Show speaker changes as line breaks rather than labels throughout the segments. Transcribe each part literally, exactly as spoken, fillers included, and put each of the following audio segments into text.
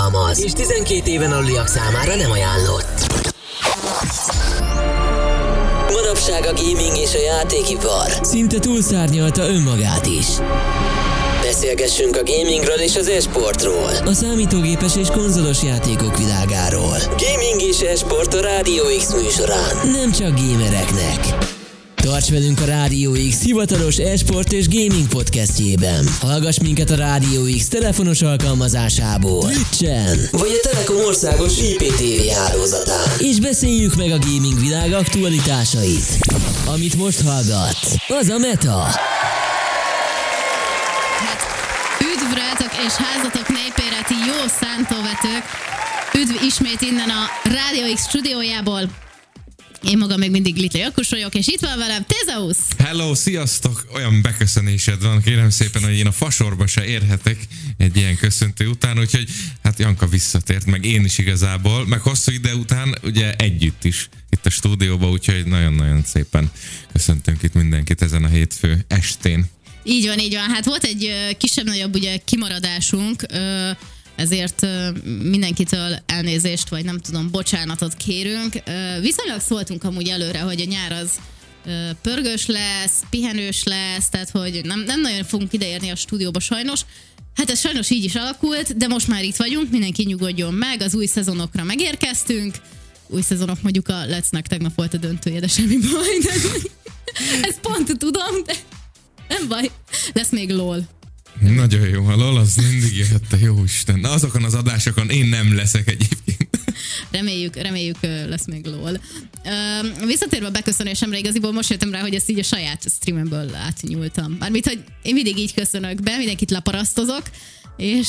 tartalmaz, és tizenkét éven aluliak számára nem ajánlott. Manapság a gaming és a játékipar szinte túlszárnyalta önmagát is. Beszélgessünk a gamingről és az e-sportról, a számítógépes és konzolos játékok világáról. Gaming és e-sport a Rádió X műsorán, nem csak gamereknek. Tarts velünk a Rádió X hivatalos e-sport és gaming podcastjében. Hallgass minket a Rádió X telefonos alkalmazásából, Twitchen, vagy a Telekom országos I P T V hálózatán. És beszéljük meg a gaming világ aktualitásait. Amit most hallgatsz, az a Meta.
Hát, üdv rátok és házatok népére, ti jó szántóvetők! Üdv ismét innen a Rádió X stúdiójából. Én magam még mindig Litli Jakkus vagyok, és itt van velem Tezeusz.
Hello, sziasztok! Olyan beköszönésed van, kérem szépen, hogy én a fasorba se érhetek egy ilyen köszöntő után, úgyhogy hát Janka visszatért, meg én is igazából, meg hosszú ide után ugye együtt is itt a stúdióban, úgyhogy nagyon-nagyon szépen köszöntünk itt mindenkit ezen a hétfő estén.
Így van, így van. Hát volt egy kisebb-nagyobb ugye kimaradásunk, ezért mindenkitől elnézést, vagy nem tudom, bocsánatot kérünk. Viszonylag szóltunk amúgy előre, hogy a nyár az pörgős lesz, pihenős lesz, tehát hogy nem, nem nagyon fogunk ideérni a stúdióba sajnos. Hát ez sajnos így is alakult, de most már itt vagyunk, mindenki nyugodjon meg, az új szezonokra megérkeztünk. Új szezonok, mondjuk a Let's-nek tegnap volt a döntője, de semmi baj. De ezt pont tudom, de nem baj. Lesz még LOL.
Nagyon jó, a LOL az mindig jöhet, a jó Isten. Na, azokon az adásokon én nem leszek egyébként.
Reméljük, reméljük lesz még LOL. Uh, visszatérve a beköszönésemre, igaziból most jöttem rá, hogy ezt így a saját streamemből átnyúltam. Mármint, hogy én mindig így köszönök be, mindenkit leparasztozok, és...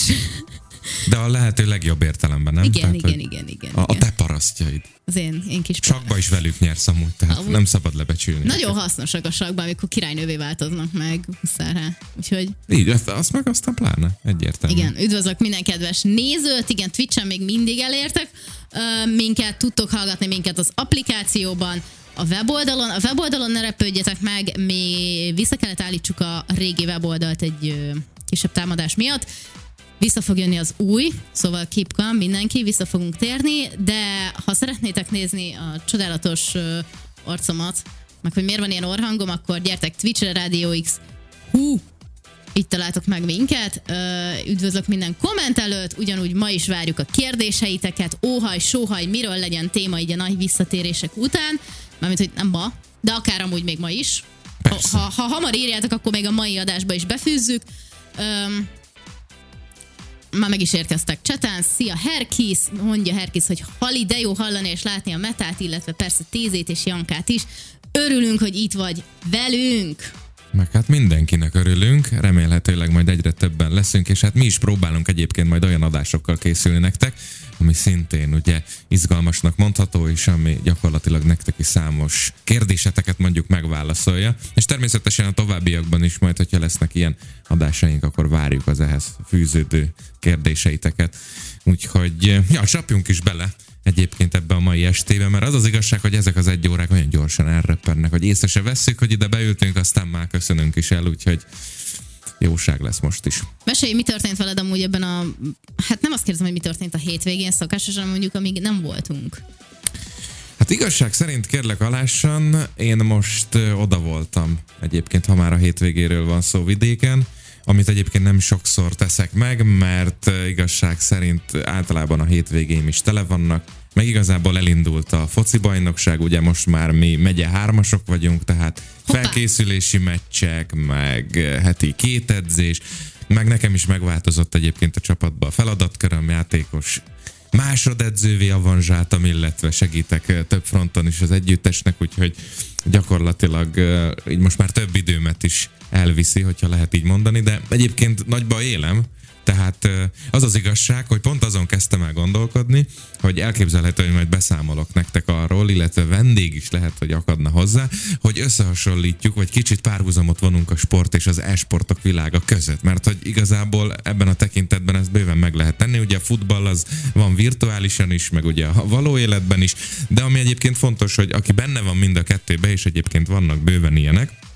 De a lehető legjobb értelemben, nem?
Igen,
tehát,
igen, igen, igen,
a,
igen.
A te parasztjaid.
Az én, én kis...
Sakba is velük nyersz amúgy, tehát amúgy nem szabad lebecsülni.
Nagyon
őket.
Hasznosak a sakban, amikor királynővé változnak meg, muszáj. Úgyhogy...
Így, azt meg aztán pláne, egyértelmű.
Igen, üdvözlök minden kedves nézőt, igen, Twitchen még mindig elértek. Minket tudtok hallgatni minket az applikációban, a weboldalon. A weboldalon ne repődjetek meg, mi vissza kellett állítsuk a régi weboldalt egy kisebb támadás miatt. Vissza fog jönni az új, szóval keep calm, mindenki, vissza fogunk térni, de ha szeretnétek nézni a csodálatos uh, arcomat, meg hogy miért van ilyen orrhangom, akkor gyertek Twitchre, Rádió X. Hú, itt találtok meg minket. Uh, üdvözlök minden kommentelőt, ugyanúgy ma is várjuk a kérdéseiteket, óhaj, sóhaj, miről legyen téma így a nagy visszatérések után, mármint, hogy nem ma, de akár amúgy még ma is. Ha, ha, ha hamar írjátok, akkor még a mai adásba is befűzzük. Um, Már meg is érkeztek csatán. Szia Herkis, mondja Herkis, hogy Hali, de jó hallani és látni a Metát, illetve persze Tézét és Jankát is. Örülünk, hogy itt vagy velünk.
Meg hát mindenkinek örülünk, remélhetőleg majd egyre többen leszünk, és hát mi is próbálunk egyébként majd olyan adásokkal készülni nektek, ami szintén ugye izgalmasnak mondható, és ami gyakorlatilag nektek is számos kérdéseteket mondjuk megválaszolja, és természetesen a továbbiakban is majd, hogyha lesznek ilyen adásaink, akkor várjuk az ehhez fűződő kérdéseiteket. Úgyhogy ja, csapjunk is bele egyébként ebbe a mai estében, mert az az igazság, hogy ezek az egy órák olyan gyorsan elröppennek, hogy észre se vesszük, hogy ide beültünk, aztán már köszönünk is el, úgyhogy jóság lesz most is.
Mesélj, mi történt veled amúgy ebben a... Hát nem azt kérdezem, hogy mi történt a hétvégén szokásosan, mondjuk, amíg nem voltunk.
Hát igazság szerint kérlek alássan, én most oda voltam egyébként, ha már a hétvégéről van szó vidéken, amit egyébként nem sokszor teszek meg, mert igazság szerint általában a hétvégéim is tele vannak, meg igazából elindult a foci bajnokság, ugye most már mi megye hármasok vagyunk, tehát
Hoppá.
felkészülési meccsek, meg heti két edzés, meg nekem is megváltozott egyébként a csapatban a feladatköröm, játékos másodedzővé avanzsáltam, illetve segítek több fronton is az együttesnek, úgyhogy gyakorlatilag így most már több időmet is elviszi, hogyha lehet így mondani, de egyébként nagyba élem, tehát az az igazság, hogy pont azon kezdtem el gondolkodni, hogy elképzelhető, hogy majd beszámolok nektek arról, illetve vendég is lehet, hogy akadna hozzá, hogy összehasonlítjuk, vagy kicsit párhuzamot vonunk a sport és az e-sportok világa között, mert hogy igazából ebben a tekintetben ezt bőven meg lehet tenni, ugye a futball az van virtuálisan is, meg ugye a való életben is, de ami egyébként fontos, hogy aki benne van mind a kettőben, és egyébként vannak bőven ilyenek,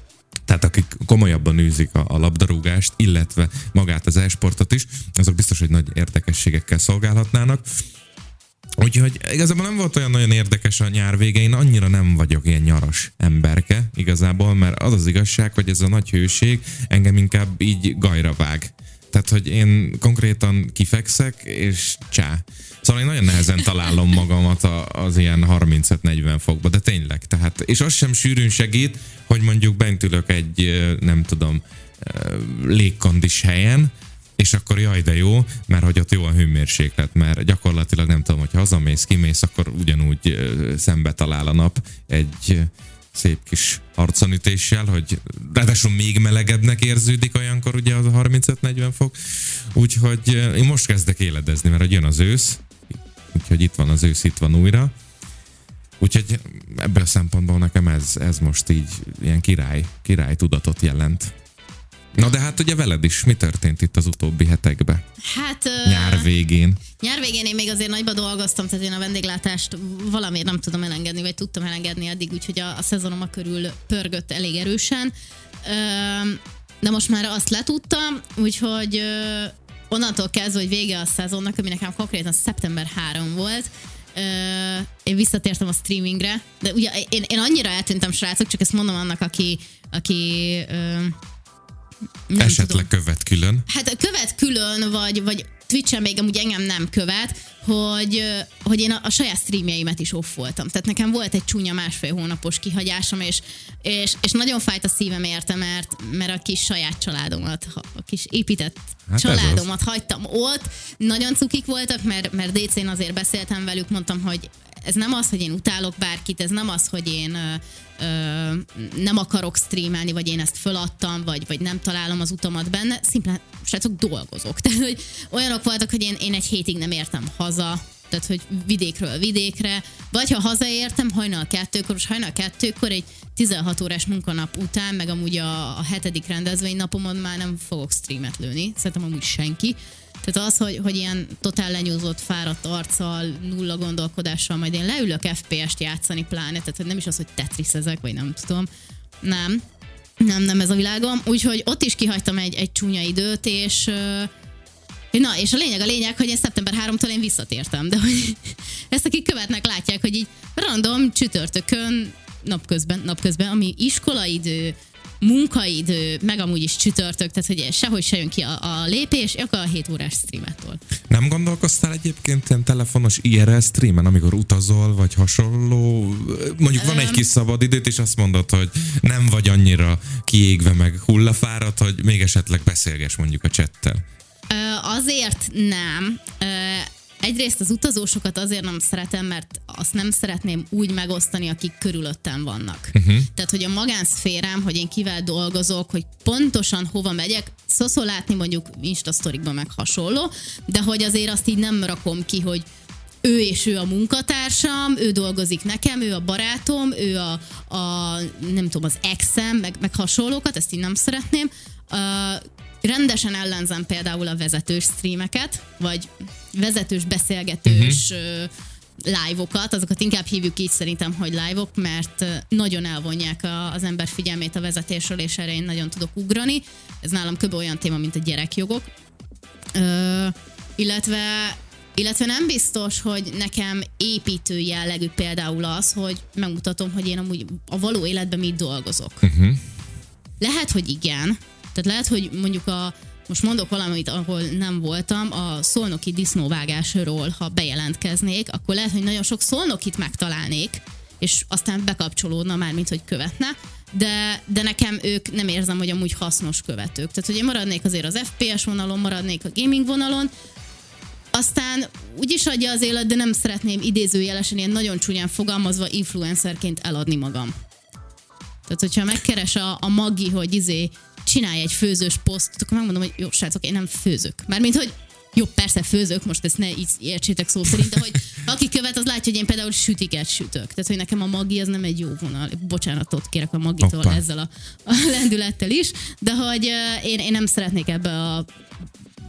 tehát akik komolyabban űzik a, a labdarúgást, illetve magát az e-sportot is, azok biztos, hogy nagy érdekességekkel szolgálhatnának. Úgyhogy igazából nem volt olyan nagyon érdekes a nyár vége, én annyira nem vagyok ilyen nyaras emberke igazából, mert az az igazság, hogy ez a nagy hőség engem inkább így gajra vág. Tehát, hogy én konkrétan kifekszek, és csá. Szóval én nagyon nehezen találom magamat az ilyen harmincöt-negyven fokba, de tényleg. Tehát, és az sem sűrűn segít, hogy mondjuk bent ülök egy, nem tudom, légkondis helyen, és akkor jaj, de jó, mert hogy ott jó a hőmérséklet, mert gyakorlatilag nem tudom, hogy hazamész, kimész, akkor ugyanúgy szembe talál a nap egy szép kis arconütéssel, hogy ráadásul még melegebbnek érződik olyankor ugye az a harmincöt-negyven fok. Úgyhogy én most kezdek éledezni, mert hogy jön az ősz, úgyhogy itt van az ősz, itt van újra. Úgyhogy ebből a szempontból nekem ez, ez most így ilyen király, király tudatot jelent. Na de hát ugye veled is, mi történt itt az utóbbi hetekben?
Hát...
Nyár végén.
Nyár végén én még azért nagyba dolgoztam, tehát én a vendéglátást valamiért nem tudom elengedni, vagy tudtam elengedni addig, úgyhogy a, a szezonom a körül pörgött elég erősen. De most már azt letudtam, úgyhogy onnantól kezdve, hogy vége a szezonnak, ami nekem konkrétan szeptember harmadika volt, én visszatértem a streamingre, de ugye én, én annyira eltűntem, srácok, csak ezt mondom annak, aki, aki nem
esetleg
tudom.
követ külön.
Hát követ külön, vagy, vagy Twitch-en még amúgy engem nem követ, hogy, hogy én a, a saját streamjeimet is off voltam. Tehát nekem volt egy csúnya másfél hónapos kihagyásom, és, és, és nagyon fájt a szívem érte, mert, mert a kis saját családomat, a kis épített hát családomat hagytam ott. Nagyon cukik voltak, mert, mert dé cén azért beszéltem velük, mondtam, hogy ez nem az, hogy én utálok bárkit, ez nem az, hogy én ö, ö, nem akarok streamelni, vagy én ezt föladtam, vagy, vagy nem találom az utamat benne, szimplán, srácok, dolgozok. Tehát, hogy olyanok voltak, hogy én, én egy hétig nem értem haza, tehát, hogy vidékről vidékre, vagy ha hazaértem hajnal kettőkor, és hajnal kettőkor egy tizenhat órás munkanap után, meg amúgy a, a hetedik rendezvény napomon már nem fogok streamet lőni, szerintem amúgy senki. Tehát az, hogy, hogy ilyen totál lenyúzott, fáradt arccal, nulla gondolkodással, majd én leülök ef pé est játszani pláne, tehát hogy nem is az, hogy tetrisezek, vagy nem tudom. Nem. Nem, nem ez a világom. Úgyhogy ott is kihagytam egy, egy csúnya időt, és na, és a lényeg a lényeg, hogy én szeptember harmadikától én visszatértem, de hogy ezt akik követnek, látják, hogy így random csütörtökön, napközben, napközben, ami iskolaidő, munkaidő, meg amúgy is csütörtök, tehát hogy sehogy se jön ki a, a lépés, akkor a hét órás streamettől.
Nem gondolkoztál egyébként ilyen telefonos i er el streamen, amikor utazol, vagy hasonló? Mondjuk van egy kis szabad időt, és azt mondod, hogy nem vagy annyira kiégve, meg hullafáradt, hogy még esetleg beszélgess mondjuk a chattel.
Azért nem. Egyrészt az utazósokat azért nem szeretem, mert azt nem szeretném úgy megosztani, akik körülöttem vannak. Uh-huh. Tehát, hogy a magánszférám, hogy én kivel dolgozok, hogy pontosan hova megyek, szó látni mondjuk Instasztorikban meg hasonló, de hogy azért azt így nem rakom ki, hogy ő és ő a munkatársam, ő dolgozik nekem, ő a barátom, ő a, a nem tudom, az exem, meg, meg hasonlókat, ezt így nem szeretném. Uh, Rendesen ellenzem például a vezetős streameket, vagy vezetős beszélgetős uh-huh. live-okat, azokat inkább hívjuk így szerintem, hogy live-ok, mert nagyon elvonják a, az ember figyelmét a vezetésről, és erre én nagyon tudok ugrani. Ez nálam kb. Olyan téma, mint a gyerekjogok. Ö, illetve, illetve nem biztos, hogy nekem építő jellegű például az, hogy megmutatom, hogy én amúgy a való életben mit dolgozok. Uh-huh. Lehet, hogy igen. Tehát lehet, hogy mondjuk a, most mondok valamit, ahol nem voltam, a szolnoki disznóvágásról, ha bejelentkeznék, akkor lehet, hogy nagyon sok szolnokit megtalálnék, és aztán bekapcsolódna már, mint hogy követne, de, de nekem ők nem érzem, hogy amúgy hasznos követők. Tehát, hogy én maradnék azért az ef pé es vonalon, maradnék a gaming vonalon, aztán úgyis adja az élet, de nem szeretném idézőjelesen, ilyen nagyon csúnyán fogalmazva influencerként eladni magam. Tehát, hogyha megkeres a, a Maggi, hogy izé csinálj egy főzős posztot, akkor megmondom, hogy jó, srácok, én nem főzök. Mármint, hogy jó, persze főzök, most ezt ne így értsétek szó szerint, de hogy aki követ, az látja, hogy én például sütiket sütök. Tehát, hogy nekem a Maggi az nem egy jó vonal. Bocsánatot kérek a Maggitól Hoppa. ezzel a, a lendülettel is, de hogy uh, én, én nem szeretnék ebbe a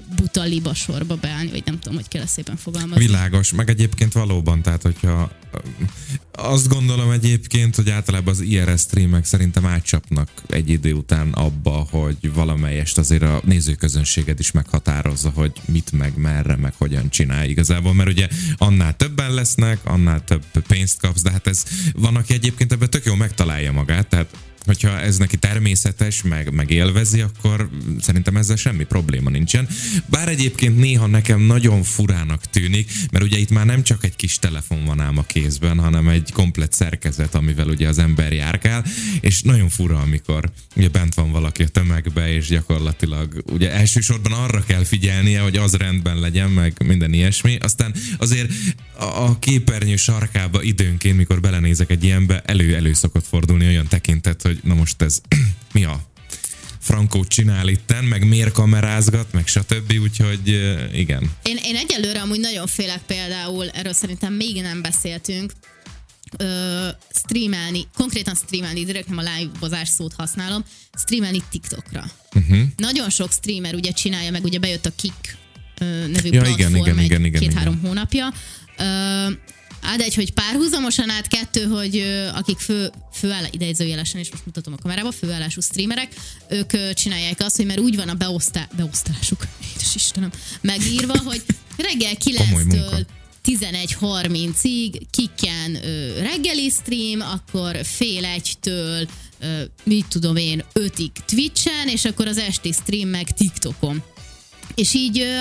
buta liba sorba beállni, vagy nem tudom, hogy kell szépen fogalmazni.
Világos, meg egyébként valóban, tehát hogyha azt gondolom egyébként, hogy általában az i er es streamek szerintem átcsapnak egy idő után abba, hogy valamelyest azért a nézőközönséged is meghatározza, hogy mit meg, merre, meg hogyan csinálj igazából, mert ugye annál többen lesznek, annál több pénzt kapsz, de hát ez van, aki egyébként ebben tök jól megtalálja magát, tehát hogyha ez neki természetes, meg, meg élvezi, akkor szerintem ezzel semmi probléma nincsen. Bár egyébként néha nekem nagyon furának tűnik, mert ugye itt már nem csak egy kis telefon van ám a kézben, hanem egy komplett szerkezet, amivel ugye az ember járkál, és nagyon fura, amikor ugye bent van valaki a tömegbe, és gyakorlatilag ugye elsősorban arra kell figyelnie, hogy az rendben legyen, meg minden ilyesmi. Aztán azért a képernyő sarkába időnként, mikor belenézek egy ilyenbe, elő-elő szokott fordulni olyan tekintet, hogy na most ez mi a frankót csinál itten, meg miért kamerázgat, meg stb. Úgyhogy igen.
Én, én egyelőre amúgy nagyon félek például, erről szerintem még nem beszéltünk, ö, streamelni, konkrétan streamelni, direkt nem a live-ozás szót használom, streamelni TikTokra. Uh-huh. Nagyon sok streamer ugye csinálja, meg ugye bejött a Kik ö, nevű
ja,
platform
igen, igen,
egy
igen, igen,
két-három
igen.
hónapja. Ö, Át egy, hogy párhuzamosan át, kettő, hogy ö, akik fő, főállás, idejegyzőjelesen is most mutatom a kamerába, főállású streamerek, ők ö, csinálják azt, hogy mert úgy van a beosztá, beosztásuk, édes Istenem, megírva, hogy reggel kilenctől tizenegy harmincig Kikken ö, reggeli stream, akkor fél egytől ö, mit tudom én, ötig Twitchen, és akkor az esti stream meg TikTokon. És így ö,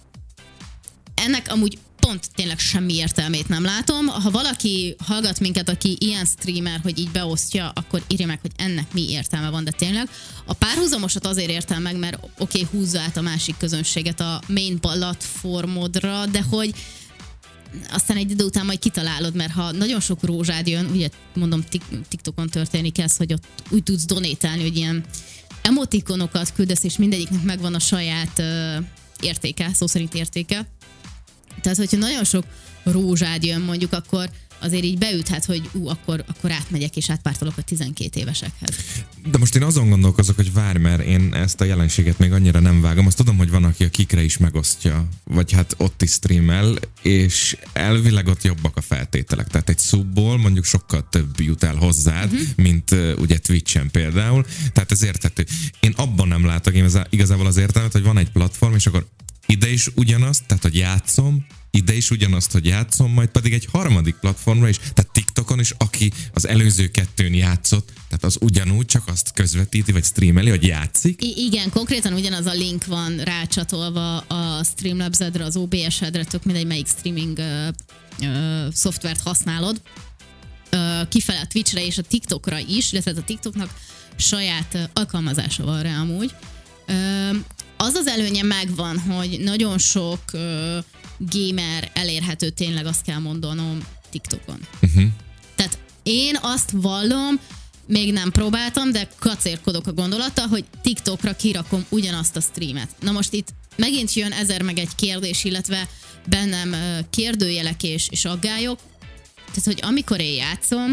ennek amúgy pont tényleg semmi értelmét nem látom. Ha valaki hallgat minket, aki ilyen streamer, hogy így beosztja, akkor írja meg, hogy ennek mi értelme van, de tényleg. A párhuzamosat azért értem meg, mert oké, okay, húzza át a másik közönséget a main platformodra, de hogy aztán egy idő után majd kitalálod, mert ha nagyon sok rózsád jön, ugye mondom, TikTokon történik ez, hogy ott úgy tudsz donatálni, hogy ilyen emotikonokat küldesz, és mindegyiknek megvan a saját uh, értéke, szó szerint értéke. Tehát, hogyha nagyon sok rózsád jön mondjuk, akkor azért így beüthet, hogy ú, akkor, akkor átmegyek és átpártolok a tizenkét évesekhez.
De most én azon gondolkozok, hogy várj, mert én ezt a jelenséget még annyira nem vágom. Azt tudom, hogy van, aki a Kikre is megosztja, vagy hát ott is streamel, és elvileg ott jobbak a feltételek. Tehát egy subból mondjuk sokkal több jut el hozzád, uh-huh. mint uh, ugye Twitchen például. Tehát ez érthető. Én abban nem látok én igazából az értelmet, hogy van egy platform, és akkor ide is ugyanazt, tehát hogy játszom, ide is ugyanazt, hogy játszom, majd pedig egy harmadik platformra is, tehát TikTokon is, aki az előző kettőn játszott, tehát az ugyanúgy csak azt közvetíti, vagy streameli, hogy játszik.
I- igen, konkrétan ugyanaz a link van rácsatolva a Streamlabs-edre, az o bé es-edre, tök mindegy, melyik streaming ö, ö, szoftvert használod, ö, kifele a Twitchre és a TikTokra is, illetve a TikToknak saját ö, alkalmazása van rá amúgy. Ö, az az előnye megvan, hogy nagyon sok ö, gamer elérhető, tényleg azt kell mondanom, TikTokon. Uh-huh. Tehát én azt vallom, még nem próbáltam, de kacérkodok a gondolattal, hogy TikTokra kirakom ugyanazt a streamet. Na most itt megint jön ezer meg egy kérdés, illetve bennem ö, kérdőjelek és, és aggályok. Tehát, hogy amikor én játszom,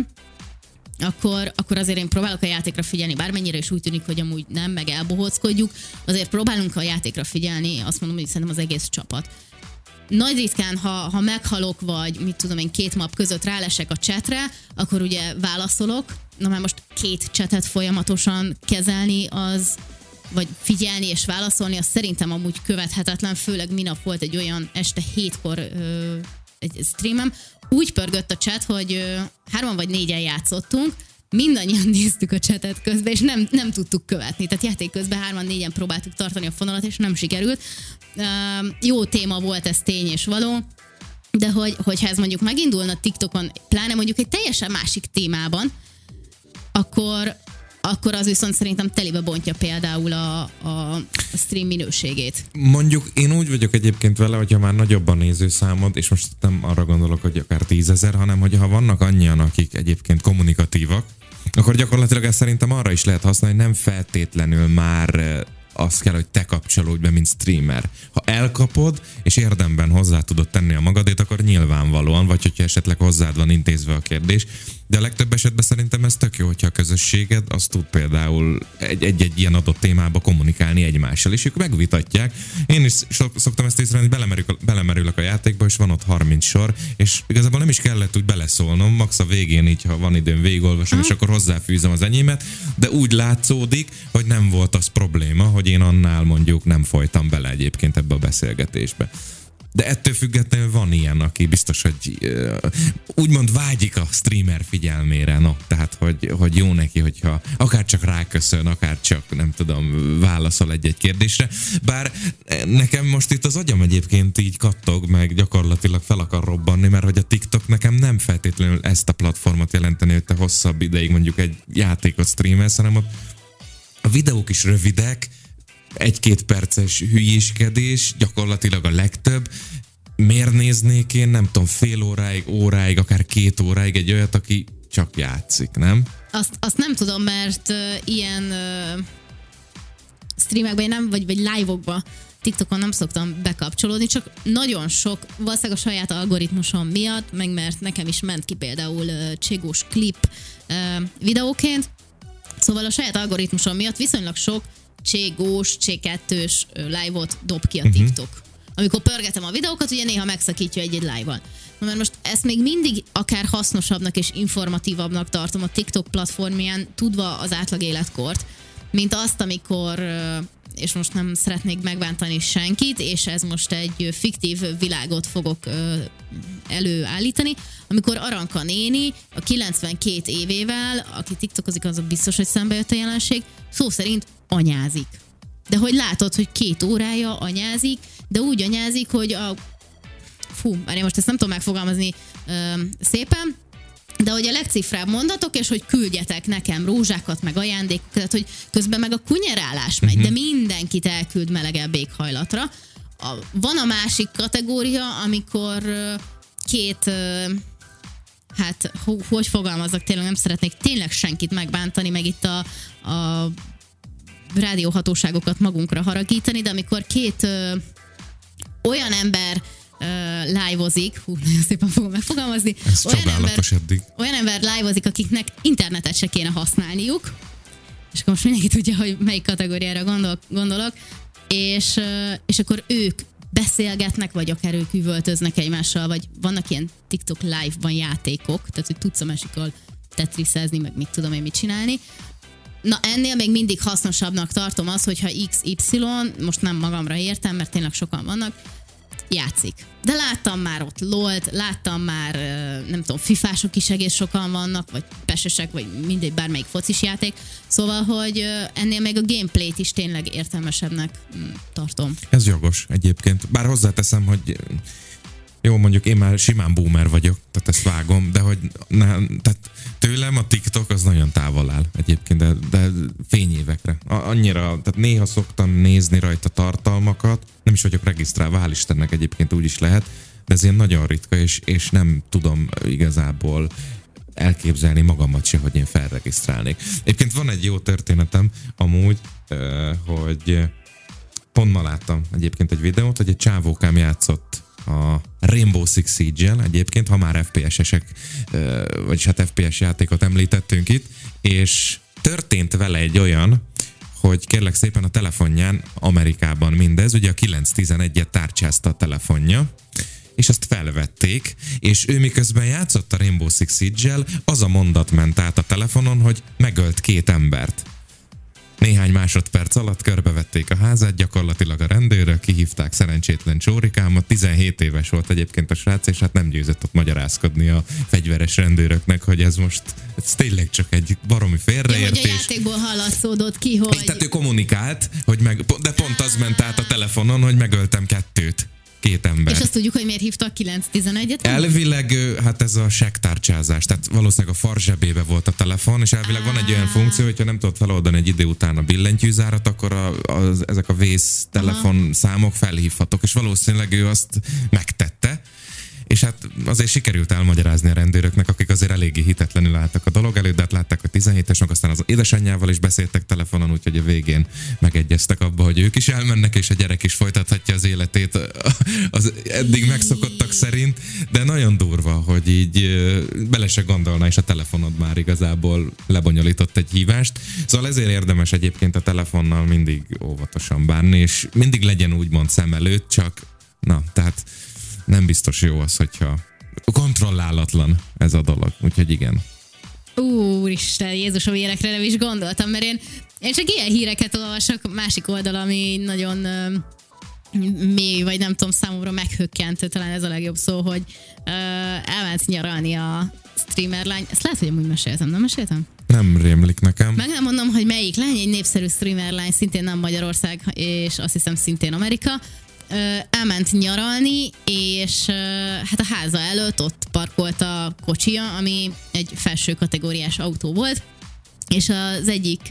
Akkor, akkor azért én próbálok a játékra figyelni, bármennyire is úgy tűnik, hogy amúgy nem, meg elbohóckodjuk, azért próbálunk a játékra figyelni, azt mondom, hogy szerintem az egész csapat. Nagy ritkán, ha, ha meghalok, vagy mit tudom én, két map között rálesek a chatre, akkor ugye válaszolok, na már most két chatet folyamatosan kezelni, az, vagy figyelni és válaszolni, az szerintem amúgy követhetetlen, főleg minap volt egy olyan este hétkor ö, egy streamem, úgy pörgött a chat, hogy ö, hárman vagy négyen játszottunk, mindannyian néztük a chatet közben, és nem, nem tudtuk követni. Tehát játék közben hárman négyen próbáltuk tartani a fonalat, és nem sikerült. Uh, jó téma volt, ez tény és való, de hogy, hogyha ez mondjuk megindulna TikTokon, pláne mondjuk egy teljesen másik témában, akkor, akkor az viszont szerintem telibe bontja például a, a, a stream minőségét.
Mondjuk én úgy vagyok egyébként vele, hogyha már nagyobb a nézőszámod, és most nem arra gondolok, hogy akár tízezer, hanem hogy ha vannak annyian, akik egyébként kommunikatívak, akkor gyakorlatilag ezt szerintem arra is lehet használni, hogy nem feltétlenül már azt kell, hogy te kapcsolódj be, mint streamer. Ha elkapod, és érdemben hozzá tudod tenni a magadét, akkor nyilvánvalóan, vagy hogyha esetleg hozzád van intézve a kérdés, de a legtöbb esetben szerintem ez tök jó, hogyha a közösséged azt tud például egy-egy ilyen adott témába kommunikálni egymással, és ők megvitatják. Én is szoktam ezt észrevenni, hogy belemerülök, belemerülök a játékba, és van ott harminc sor, és igazából nem is kellett úgy beleszólnom, max a végén így, ha van időm, végigolvasom, és akkor hozzáfűzöm az enyémet, de úgy látszódik, hogy nem volt az probléma, hogy én annál mondjuk nem folytam bele egyébként ebbe a beszélgetésbe. De ettől függetlenül van ilyen, aki biztos, hogy uh, úgymond vágyik a streamer figyelmére, no, tehát, hogy, hogy jó neki, hogyha akár csak ráköszön, akár csak, nem tudom, válaszol egy-egy kérdésre. Bár nekem most itt az agyam egyébként így kattog, meg gyakorlatilag fel akar robbanni, mert hogy a TikTok nekem nem feltétlenül ezt a platformot jelenteni, hogy te hosszabb ideig mondjuk egy játékot streamelsz, hanem a, a videók is rövidek, egy-két perces hülyéskedés, gyakorlatilag a legtöbb. Miért néznék én, nem tudom, fél óráig, óráig, akár két óráig egy olyat, aki csak játszik, nem?
Azt, azt nem tudom, mert uh, ilyen uh, streamekben nem, vagy, vagy live-okba TikTokon nem szoktam bekapcsolódni, csak nagyon sok, valószínűleg a saját algoritmusom miatt, meg mert nekem is ment ki például uh, cségós klip uh, videóként, szóval a saját algoritmusom miatt viszonylag sok cségós, cé kettős live-ot dob ki a TikTok. Uh-huh. Amikor pörgetem a videókat, ugye néha megszakítja egy-egy live-on. Na, mert most ezt még mindig akár hasznosabbnak és informatívabbnak tartom a TikTok platformján, tudva az átlag életkort, mint azt, amikor, és most nem szeretnék megbántani senkit, és ez most egy fiktív világot fogok előállítani, amikor Aranka néni a kilencvenkét évével, aki tiktokozik, az biztos, hogy szembe jött a jelenség, szó szerint anyázik. De hogy látod, hogy két órája anyázik, de úgy anyázik, hogy a... Fú, már én most ezt nem tudom megfogalmazni ö, szépen, de hogy a legcifrább mondatok, és hogy küldjetek nekem rózsákat, meg ajándékokat, tehát hogy közben meg a kunyerálás megy, uh-huh. de mindenkit elküld melegebb éghajlatra. A, van a másik kategória, amikor ö, két... Ö, hát, hogy fogalmazok, tényleg nem szeretnék tényleg senkit megbántani, meg itt a, a rádióhatóságokat magunkra haragítani, de amikor két ö, olyan ember ö, live-ozik, hú, nagyon szépen fogom megfogalmazni,
ez
olyan ember,
eddig.
olyan ember live-ozik, akiknek internetet se kéne használniuk, és akkor most mindenki tudja, hogy melyik kategóriára gondol, gondolok, és, ö, és akkor ők beszélgetnek, vagy akár ők üvöltöznek egymással, vagy vannak ilyen TikTok live-ban játékok, tehát hogy tudsz a másikkal tetrisezni, meg mit tudom én mit csinálni. Na ennél még mindig hasznosabbnak tartom az, hogyha iksz ipszilon, most nem magamra értem, mert tényleg sokan vannak, játszik. De láttam már ott lolt, láttam már, nem tudom, fifások is egész sokan vannak, vagy pesesek, vagy mindegy, bármelyik focis játék. Szóval, hogy ennél még a gameplayt is tényleg értelmesebbnek tartom.
Ez jogos egyébként. Bár hozzáteszem, hogy jó, mondjuk én már simán boomer vagyok, tehát ezt vágom, de hogy ne, tehát tőlem a TikTok az nagyon távol áll egyébként, de, de fényévekre. Annyira, tehát néha szoktam nézni rajta tartalmakat, nem is vagyok regisztrálva, hál' Istennek egyébként úgy is lehet, de ez ilyen nagyon ritka, és, és nem tudom igazából elképzelni magamat se, hogy én felregisztrálnék. Egyébként van egy jó történetem amúgy, hogy pont ma láttam egyébként egy videót, hogy egy csávókám játszott a Rainbow Six Siege-el egyébként, ha már ef pé es-esek, vagyis hát ef pé es játékot említettünk itt, és történt vele egy olyan, hogy kérlek szépen a telefonján, Amerikában mindez, ugye a kilenc tizenegyet tárcsázta a telefonja, és azt felvették, és ő miközben játszott a Rainbow Six Siege-el, az a mondat ment át a telefonon, hogy megölt két embert. Néhány másodperc alatt körbevették a házát, gyakorlatilag a rendőrök, kihívták szerencsétlen csórikámat, tizenhét éves volt egyébként a srác, és hát nem győzött ott magyarázkodni a fegyveres rendőröknek, hogy ez most ez tényleg csak egy baromi félreértés.
Ja, hogy a játékból hallatszódott ki, hogy...
Tehát ő kommunikált, hogy meg, de pont az ment át a telefonon, hogy megöltem kettőt. Két ember.
És azt tudjuk, hogy miért hívtak kilenc tizenegyet?
Elvileg, hát ez a segtárcsázás, tehát valószínűleg a far zsebébe volt a telefon, és elvileg van egy olyan funkció, hogyha nem tudod feloldani egy idő után a billentyűzárat, akkor a, a, ezek a vész telefonszámok felhívhatok, és valószínűleg ő azt megtette, és és hát azért sikerült elmagyarázni a rendőröknek, akik azért eléggé hitetlenül álltak a dolog előtt, de hát látták, hogy tizenhétes, meg aztán az édesanyjával is beszéltek telefonon, úgyhogy a végén megegyeztek abba, hogy ők is elmennek, és a gyerek is folytathatja az életét az eddig megszokottak szerint, de nagyon durva, hogy így bele se gondolna, és a telefonod már igazából lebonyolított egy hívást. Szóval ezért érdemes egyébként a telefonnal mindig óvatosan bánni, és mindig legyen úgymond szem előtt, csak na, tehát nem biztos jó az, hogyha kontrollálatlan ez a dolog, úgyhogy igen.
Úristen, Jézus, a vérekre nem is gondoltam, mert én, én csak ilyen híreket olvasok, másik oldal, ami nagyon uh, mély, vagy nem tudom, számomra meghökkentő, talán ez a legjobb szó, hogy uh, elment nyaralni a streamer lány. Ezt lehet, hogy amúgy meséltem, nem meséltem?
Nem rémlik nekem.
Meg nem mondom, hogy melyik lány, egy népszerű streamer lány, szintén nem Magyarország, és azt hiszem szintén Amerika. Elment nyaralni, és hát a háza előtt ott parkolt a kocsija, ami egy felső kategóriás autó volt, és az egyik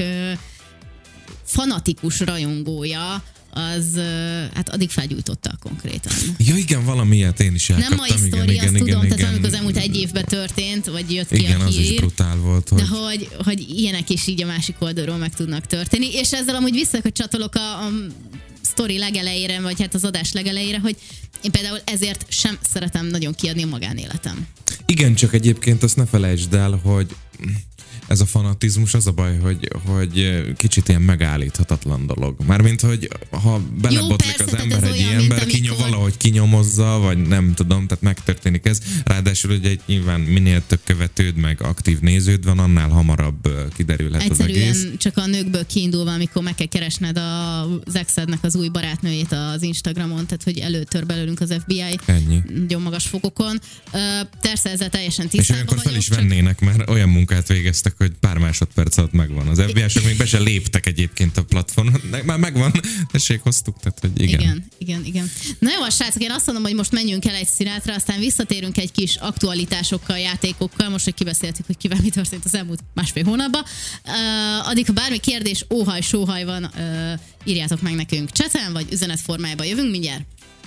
fanatikus rajongója az hát addig felgyújtotta konkrétan.
Ja igen, valami ilyet én is elkaptam.
Nem mai sztori, azt igen, tudom, igen, tehát amikor az elmúlt egy évben történt, vagy jött ki
igen,
a hír.
Az is brutál volt. Hogy...
De hogy, hogy ilyenek is így a másik oldalról meg tudnak történni, és ezzel amúgy vissza, hogy csatolok a, a sztori legelejére, vagy hát az adás legelejére, hogy én például ezért sem szeretem nagyon kiadni a magánéletem.
Igen, csak egyébként azt ne felejtsd el, hogy ez a fanatizmus, az a baj, hogy, hogy kicsit ilyen megállíthatatlan dolog. Mármint, hogy ha belebotlik az ember egy ilyen ember, kinyom, valahogy kinyomozza, vagy nem tudom, tehát megtörténik ez. Ráadásul ugye nyilván minél több követőd, meg aktív néződ van, annál hamarabb kiderülhet
egyszerűen
az egész.
Csak a nőkből kiindulva, amikor meg kell keresned az exednek az új barátnőjét az Instagramon, tehát hogy előtör belőlünk az ef bé i.
Ennyi.
Nagyon magas fokokon. Persze ezzel teljesen tisztában
és olyankor fel is vennének, mert olyan munkát végeztek, hogy pár másodperc alatt megvan. Az ef bé i-sok még be se léptek egyébként a platformon. Már megvan, tessék, hoztuk, tehát hogy igen.
Igen, igen, igen. Na jó, srácok, én azt mondom, hogy most menjünk el egy szünetre, aztán visszatérünk egy kis aktualitásokkal, játékokkal, most, hogy kibeszéltük, hogy kivel mi történt az elmúlt másfél hónapban. Uh, addig, ha bármi kérdés, óhaj, sóhaj van, uh, írjátok meg nekünk chaten, vagy üzenet formájában. Jövünk mindjárt.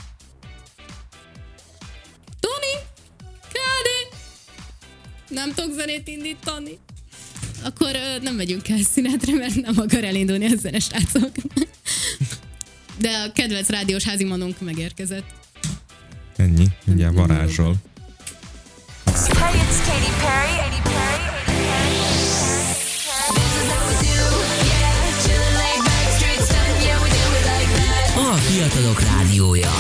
Toni! Kádi! Nem tudok zenét indítani. Akkor ö, nem megyünk el szünetre, mert nem akar elindulni a zene, srácok. De a kedvenc rádiós házimanónk megérkezett.
Ennyi, mindjárt varázsol.
Hey, it's Katy Perry. Katy Perry.
A fiatalok rádiója.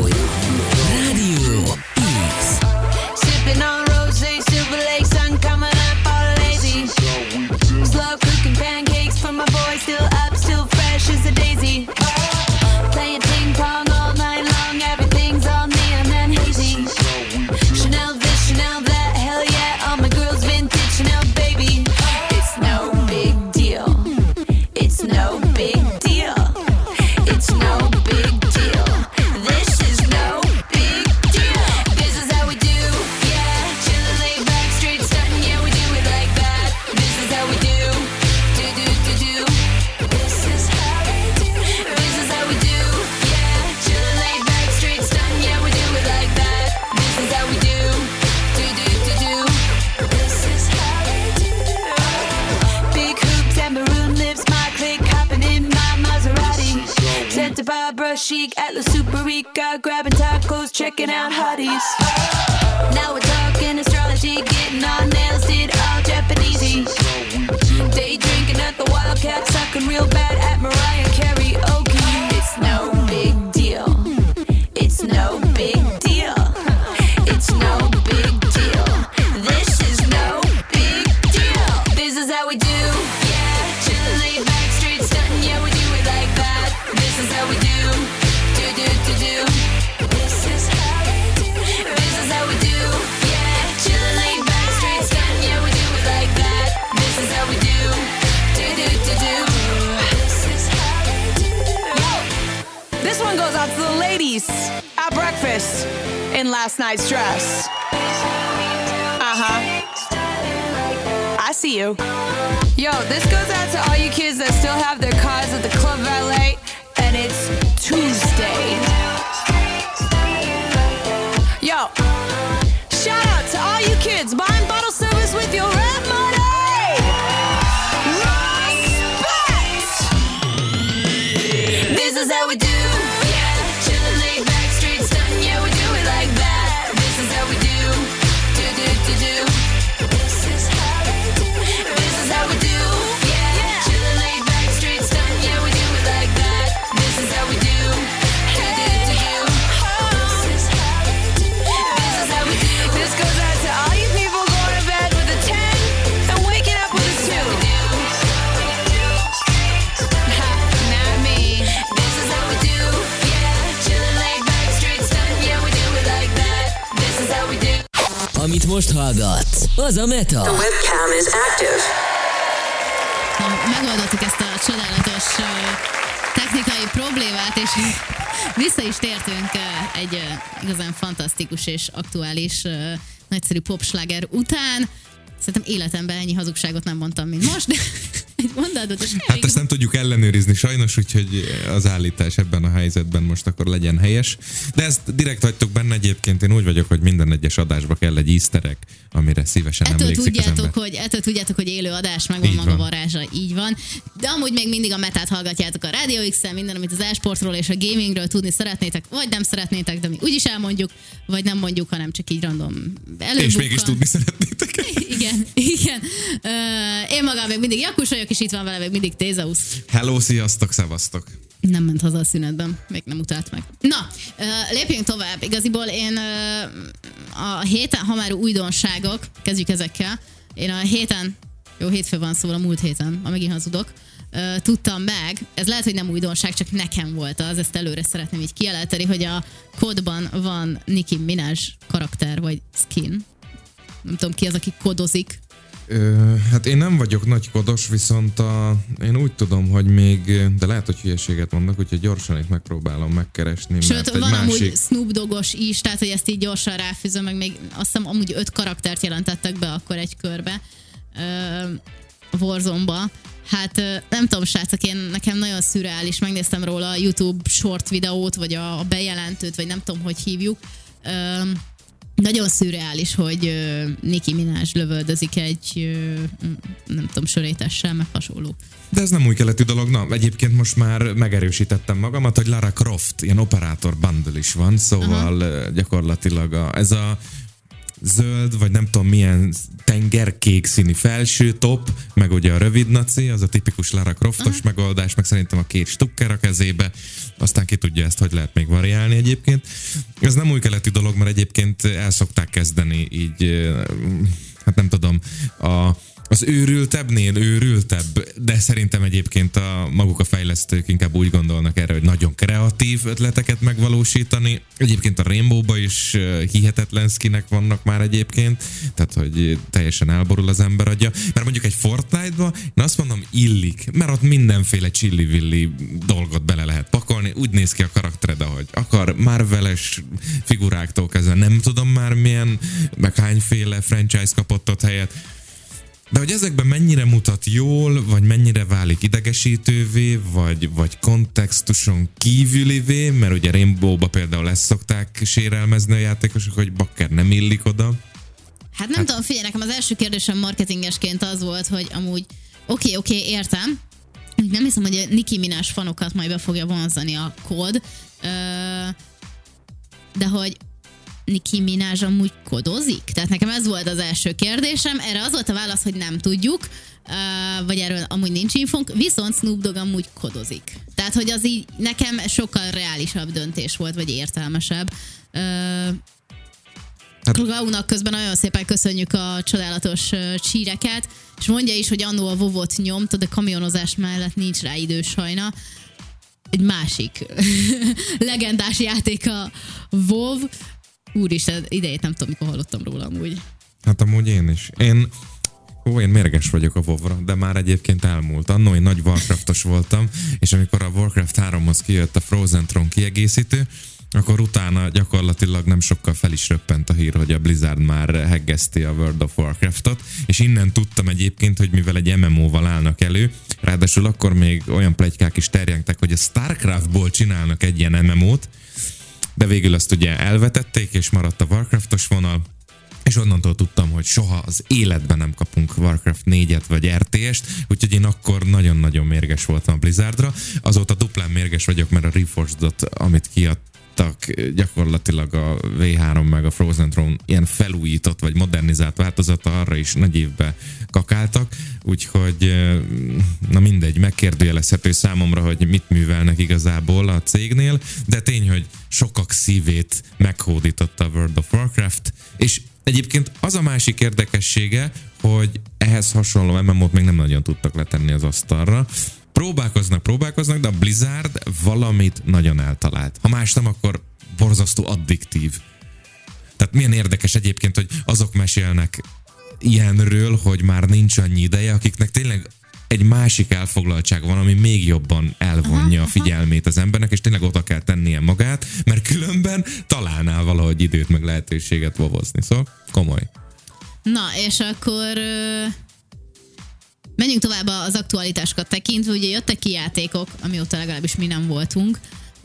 Rádió X.
Sipping on rosé, Silver Lake sun coming up all lazy. Slow cooking pancakes from my boy, still up, still fresh as a daisy. Playing ping pong all night long, everything's all neon and hazy. Chanel this, Chanel that, hell yeah, all my girls vintage Chanel baby. It's no big deal. It's no big deal. It's no big deal. This is no big deal. This is how we do, yeah. Chillin' laid back, straight stuntin', yeah, we do it like that. This is how we do, do do do do. This is how we do. This is how we do, yeah. Chillin' laid back, straight stuntin', yeah, we do it like that. This is how we do, do do do do. This is how we do. Big hoops and maroon lips, my click hopping in my Maserati. Santa Barbara chic, Atlas Super Rica, grabbing tacos, checking out hotties. Now we're talking astrology, getting our nails did all Japanesey. Day drinking at the Wildcat, sucking real bad at Mariah Carey. Okay, it's no big deal. It's no big deal. It's no big deal. This is no big deal. This is how we do, yeah. Chillin' laid back, straight stuntin', yeah, we do it like that. This is how we do, do do do do. This is how we do. This is how we do, yeah. Chillin' laid back, straight stuntin', yeah, we do it like that. This is how we do, do do do do. This is how we do. Yo, this one goes out to the ladies at breakfast in last night's dress. Uh huh. I see you. Yo, this goes out to all you kids that still have their cars at the Club Valet, and it's Tuesday. Yo, kids, buying bottle service with your rent money. Respect! This is how we do. Yeah, chillin' laid back, street stuntin'. Yeah, we do it like that. This is how we do. Do do do do. This is how we do. This is how we do. Yeah, chillin' laid back, street stuntin'. Yeah, we do it like that. This is how we do. Do do do do. This is how we do. This is how we do. This goes out to all you people going to bed with a ten and waking up with a two. Ha, not me. This is how we do. Yeah, chillin' laid back, street stuntin'. Yeah, we do it like that. This is how we do.
Amit most hallgatsz, az a Meta.
The webcam is active.
Na, megoldottuk ezt a csodálatos uh, technikai problémát, és vissza is tértünk uh, egy uh, igazán fantasztikus és aktuális, uh, nagyszerű popsláger után. Szerintem életemben ennyi hazugságot nem mondtam, mint most, de egy mondatot, és
Hát ezt nem tudjuk ellenőrizni sajnos, úgyhogy az állítás ebben a helyzetben most akkor legyen helyes. De ezt direkt hagytuk benne egyébként, én úgy vagyok, hogy minden egyes adásba kell egy easter egg, amire szívesen
ettől
emlékszik az ember.
tudjátok, hogy, ettől tudjátok, hogy élő adás, megvan
Így
maga
van.
varázsa, így van. De amúgy még mindig a Metát hallgatjátok a Rádió X-en, minden, amit az e-sportról és a gamingről tudni szeretnétek, vagy nem szeretnétek, de mi úgyis elmondjuk, vagy nem mondjuk, hanem csak így random előbukkan.
És mégis tudni szeretnétek.
Igen, igen. Uh, én magam még mindig Jakkus vagyok, és itt van vele még mindig Tézeusz.
Hello, sziasztok, szevasztok.
Nem ment haza a szünetben, még nem utált meg. Na, uh, lépjünk tovább. Igaziból én uh, a héten, ha már újdonságok, kezdjük ezekkel. Én a héten, jó hétfő van, szóval a múlt héten, ha megint hazudok, uh, tudtam meg, ez lehet, hogy nem újdonság, csak nekem volt az, ezt előre szeretném így kijelenteni, hogy a kódban van Nicki Minaj karakter, vagy skin. Nem tudom ki az, aki kodozik.
Ö, hát én nem vagyok nagy kodos, viszont a, én úgy tudom, hogy még, de lehet, hogy hülyeséget mondok, úgyhogy gyorsan itt megpróbálom megkeresni.
Sőt,
mert egy
van
másik...
amúgy Snoop Doggos is, tehát hogy ezt így gyorsan ráfűzöm, meg még azt hiszem amúgy öt karaktert jelentettek be akkor egy körbe uh, Warzone-ba. Hát uh, nem tudom, srácok, én nekem nagyon szürreális, megnéztem róla a YouTube short videót, vagy a, a bejelentőt, vagy nem tudom, hogy hívjuk. Uh, Nagyon szürreális, hogy uh, Nicki Minaj lövöldözik egy, uh, nem tudom, sörétessel, meg hasonló.
De ez nem új keletű dolog, na, egyébként most már megerősítettem magamat, hogy Lara Croft, ilyen operátor bundle is van, szóval Aha. gyakorlatilag a, ez a zöld, vagy nem tudom milyen tengerkék színű felső top, meg ugye a rövid naci, az a tipikus Lara Croftos Aha. megoldás, meg szerintem a két stukker a kezébe, aztán ki tudja ezt, hogy lehet még variálni egyébként. Ez nem új keletű dolog, mert egyébként el szokták kezdeni így, hát nem tudom, a az őrültebbnél őrültebb, de szerintem egyébként a maguk a fejlesztők inkább úgy gondolnak erre, hogy nagyon kreatív ötleteket megvalósítani. Egyébként a Rainbow-ba is hihetetlen skinek vannak már egyébként, tehát hogy teljesen elborul az ember agya. Mert mondjuk egy Fortnite-ba, én azt mondom illik, mert ott mindenféle csilli-villi dolgot bele lehet pakolni, úgy néz ki a karaktered, ahogy akar, Marvel-es figuráktól kezdve, nem tudom már milyen, meg hányféle franchise kapott ott helyet. De hogy ezekben mennyire mutat jól, vagy mennyire válik idegesítővé, vagy, vagy kontextuson kívülivé, mert ugye Rainbow-ba például ezt szokták sérelmezni a játékosok, hogy bakker nem illik oda.
Hát nem hát... tudom, figyelj, nekem az első kérdésem marketingesként az volt, hogy amúgy oké, okay, oké, okay, értem, nem hiszem, hogy a Nicki Minaj fanokat majd be fogja vonzani a kód, de hogy Nicki Minaj amúgy kodozik? Tehát nekem ez volt az első kérdésem, erre az volt a válasz, hogy nem tudjuk, vagy erről amúgy nincs infónk, viszont Snoop Dogg amúgy kodozik. Tehát, hogy az így nekem sokkal reálisabb döntés volt, vagy értelmesebb. Hát... Klaunak közben nagyon szépen köszönjük a csodálatos csíreket, és mondja is, hogy annó a vovot nyomta, de kamionozás mellett nincs rá idő sajna. Egy másik legendás játék a WoW. Úristen, idejét nem tudom, mikor hallottam róla amúgy.
Hát amúgy én is. Én, ó, én mérges vagyok a WoW-ra, de már egyébként elmúlt. Annó én nagy Warcraftos voltam, és amikor a Warcraft háromhoz kijött a Frozen Throne kiegészítő, akkor utána gyakorlatilag nem sokkal fel is röppent a hír, hogy a Blizzard már heggezti a World of Warcraftot, és innen tudtam egyébként, hogy mivel egy em em o-val állnak elő, ráadásul akkor még olyan pletykák is terjengtek, hogy a Starcraftból csinálnak egy ilyen em em o-t, de végül azt ugye elvetették, és maradt a Warcraftos vonal, és és onnantól tudtam, hogy soha az életben nem kapunk Warcraft négyet vagy er té est, úgyhogy én akkor nagyon-nagyon mérges voltam a Blizzardra. Azóta duplán mérges vagyok, mert a Reforged-ot, amit kiadtak, gyakorlatilag a vé három meg a Frozen Throne ilyen felújított vagy modernizált változata, arra is nagy évbe kakáltak, úgyhogy na mindegy, megkérdőjelezhető számomra, hogy mit művelnek igazából a cégnél, de tény, hogy sokak szívét meghódította a World of Warcraft, és egyébként az a másik érdekessége, hogy ehhez hasonló em em o-t még nem nagyon tudtak letenni az asztalra. Próbálkoznak, próbálkoznak, de a Blizzard valamit nagyon eltalált. Ha más nem, akkor borzasztó addiktív. Tehát milyen érdekes egyébként, hogy azok mesélnek ilyenről, hogy már nincs annyi ideje, akiknek tényleg egy másik elfoglaltság van, ami még jobban elvonja aha, a figyelmét az embernek, és tényleg oda kell tennie magát, mert különben találnál valahogy időt, meg lehetőséget vovozni. Szóval komoly.
Na, és akkor menjünk tovább az aktualitásokat tekintve. Ugye jöttek ki játékok, amióta legalábbis mi nem voltunk.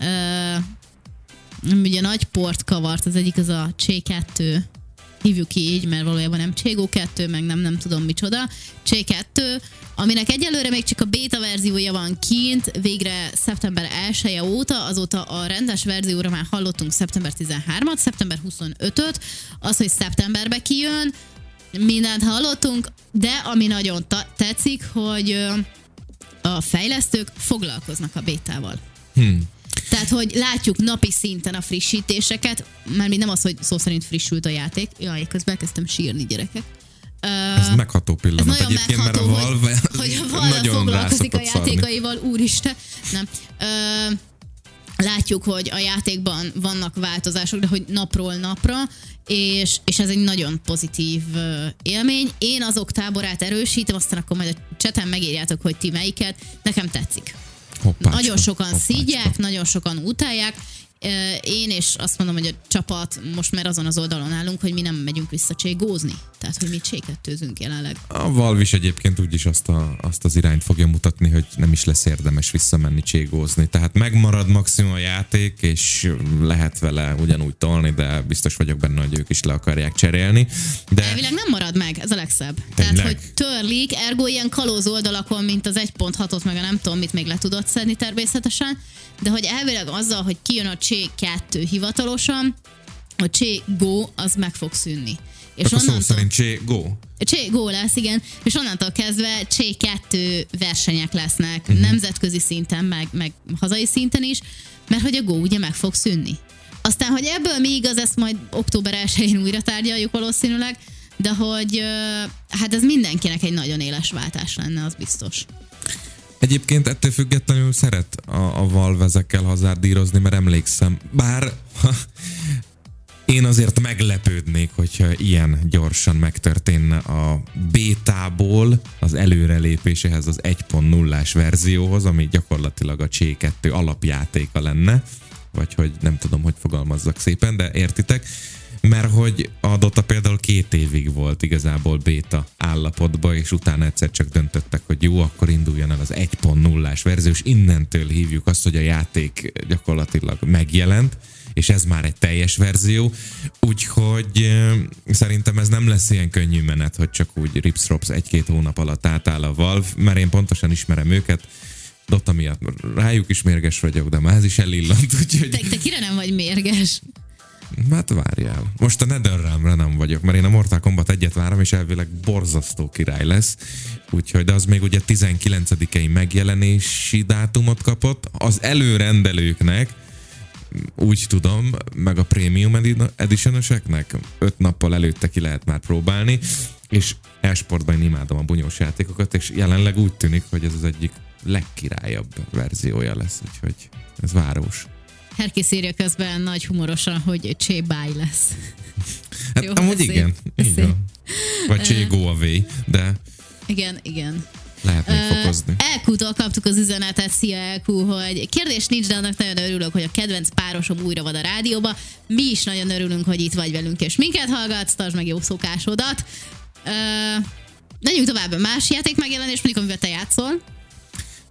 Ugye nagy port kavart, az egyik az a Csé kettő, hívjuk ki így, mert valójában nem Cségó kettő, meg nem, nem tudom micsoda. Csé kettő, aminek egyelőre még csak a beta verziója van kint, végre szeptember elseje óta, azóta a rendes verzióra már hallottunk szeptember tizenharmadikát, szeptember huszonötödikét, az, hogy szeptemberbe kijön, mindent hallottunk, de ami nagyon ta- tetszik, hogy a fejlesztők foglalkoznak a bétával. Hmm. Tehát, hogy látjuk napi szinten a frissítéseket, már még nem az, hogy szó szerint frissült a játék. Jaj, közben elkezdtem sírni, gyerekek.
Ez uh, megható pillanat
ez
egyébként,
megható,
mert a Valve
hogy, hogy a Valve foglalkozik a játékaival, szarni. Úristen. Nem. Uh, látjuk, hogy a játékban vannak változások, de hogy napról napra, és, és ez egy nagyon pozitív élmény. Én azok táborát erősítem, aztán akkor majd a chaten megírjátok, hogy ti melyiket. Nekem tetszik. Hoppácska, nagyon sokan hoppácska. Szígyek, nagyon sokan utálják. Én és azt mondom, hogy a csapat most már azon az oldalon állunk, hogy mi nem megyünk vissza cségózni. Tehát, hogy mi csékettőzünk jelenleg.
A Valve is egyébként úgyis azt, a, azt az irányt fogja mutatni, hogy nem is lesz érdemes visszamenni cségózni. Tehát megmarad maximum a játék, és lehet vele ugyanúgy tolni, de biztos vagyok benne, hogy ők is le akarják cserélni. De
elvileg nem marad meg, ez a legszebb. Tényleg? Tehát, hogy törlik, ergo ilyen kalóz oldalakon, mint az egy pont hatot, meg a nem tudom, mit még le tudod szedni természetesen, de hogy elvileg azzal, hogy kijön a Csé kettő hivatalosan, a Csé Go az meg fog szűnni. És
akkor onnantól, szó szerint Csé Go?
Csé Go lesz, igen, és onnantól kezdve Csé kettő versenyek lesznek uh-huh. nemzetközi szinten, meg, meg hazai szinten is, mert hogy a Go ugye meg fog szűnni. Aztán, hogy ebből mi igaz, ezt majd október elsején újra tárgyaljuk valószínűleg, de hogy hát ez mindenkinek egy nagyon éles váltás lenne, az biztos.
Egyébként ettől függetlenül szeret a, a Valve ezekkel hazárdírozni, mert emlékszem, bár ha, én azért meglepődnék, hogyha ilyen gyorsan megtörténne a bétából az előrelépéséhez az egy pont nullás verzióhoz, ami gyakorlatilag a Csé kettő alapjátéka lenne, vagy hogy nem tudom, hogy fogalmazzak szépen, de értitek, mert hogy a Dota például két évig volt igazából béta állapotban, és utána egyszer csak döntöttek, hogy jó, akkor induljon el az egy pont nullás verzió, és innentől hívjuk azt, hogy a játék gyakorlatilag megjelent, és ez már egy teljes verzió, úgyhogy euh, szerintem ez nem lesz ilyen könnyű menet, hogy csak úgy ripsrops egy-két hónap alatt átáll a Valve, mert én pontosan ismerem őket, Dota miatt rájuk is mérges vagyok, de már ez is elillant, úgyhogy...
Te, te kire nem vagy mérges?
Hát várjál. Most a NetherRealm-re nem vagyok, mert én a Mortal Kombat egyet várom, és elvileg borzasztó király lesz. Úgyhogy, de az még ugye tizenkilencedikei megjelenési dátumot kapott. Az előrendelőknek, úgy tudom, meg a Premium Edition-öseknek öt nappal előtte ki lehet már próbálni, és e-sportban én imádom a bunyós játékokat, és jelenleg úgy tűnik, hogy ez az egyik legkirályabb verziója lesz, úgyhogy ez város.
Herkész írja közben nagy humorosan, hogy Csé báj lesz.
Hát jó, amúgy igen. igen. Vagy Csé go away, de...
Igen, igen.
Lehet még fokozni.
Elkútól kaptuk az üzenetet, szia Elkú, hogy kérdés nincs, de annak nagyon örülök, hogy a kedvenc párosom újra van a rádióba. Mi is nagyon örülünk, hogy itt vagy velünk, és minket hallgatsz, tartsd meg jó szokásodat. Uh, menjünk tovább, más játék megjelenés, mondjuk, amivel te játszol.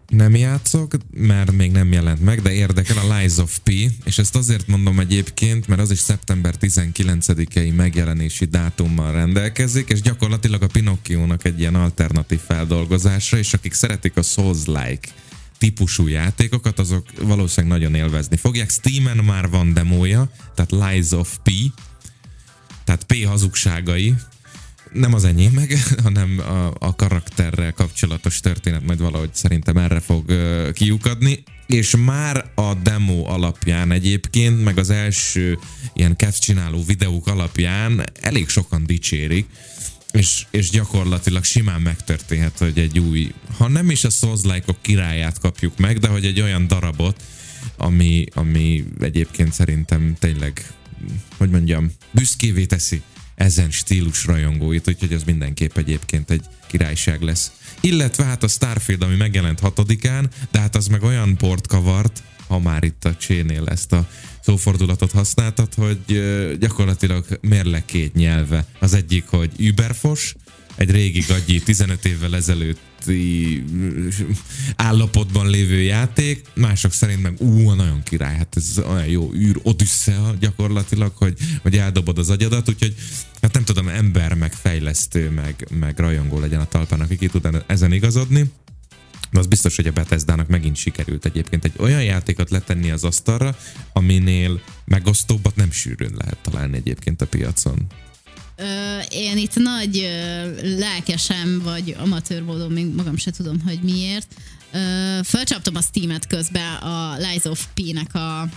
nem játszok, mert még nem jelent meg, de érdekel a Lies of P, és ezt azért mondom egyébként, mert az is szeptember tizenkilencedikei megjelenési dátummal rendelkezik, és gyakorlatilag a Pinocchio-nak egy ilyen alternatív feldolgozása, és akik szeretik a Souls-like típusú játékokat, azok valószínűleg nagyon élvezni fogják. Steamen már van demója, tehát Lies of P, tehát P hazugságai, nem az enyém meg, hanem a, a karakterrel kapcsolatos történet majd valahogy szerintem erre fog uh, kiukadni, és már a demo alapján egyébként, meg az első ilyen kezdcsináló videók alapján elég sokan dicsérik, és, és gyakorlatilag simán megtörténhet, hogy egy új, ha nem is a Souls-like-ok királyát kapjuk meg, de hogy egy olyan darabot, ami, ami egyébként szerintem tényleg, hogy mondjam, büszkévé teszi ezen stílus rajongóit, úgyhogy ez mindenképp egyébként egy királyság lesz. Illetve hát a Starfield, ami megjelent hatodikán, de hát az meg olyan port kavart, ha már itt a csénél ezt a szófordulatot használtad, hogy gyakorlatilag mérleg két nyelve. Az egyik, hogy Überfos, egy régi gagyi tizenöt évvel ezelőtti állapotban lévő játék, mások szerint meg ú, nagyon király, hát ez olyan jó űr Odüsszea gyakorlatilag, hogy, hogy eldobod az agyadat, úgyhogy hát nem tudom, ember, meg fejlesztő, meg, meg rajongó legyen a talpán, aki ki tud ezen igazodni. De az biztos, hogy a Bethesdának megint sikerült egyébként egy olyan játékot letenni az asztalra, aminél megosztóbbat nem sűrűn lehet találni egyébként a piacon.
Ö, én itt nagy ö, lelkesem, vagy amatőr módon, még magam se tudom, hogy miért. Ö, fölcsaptam a Steamet közben a Lies of P-nek a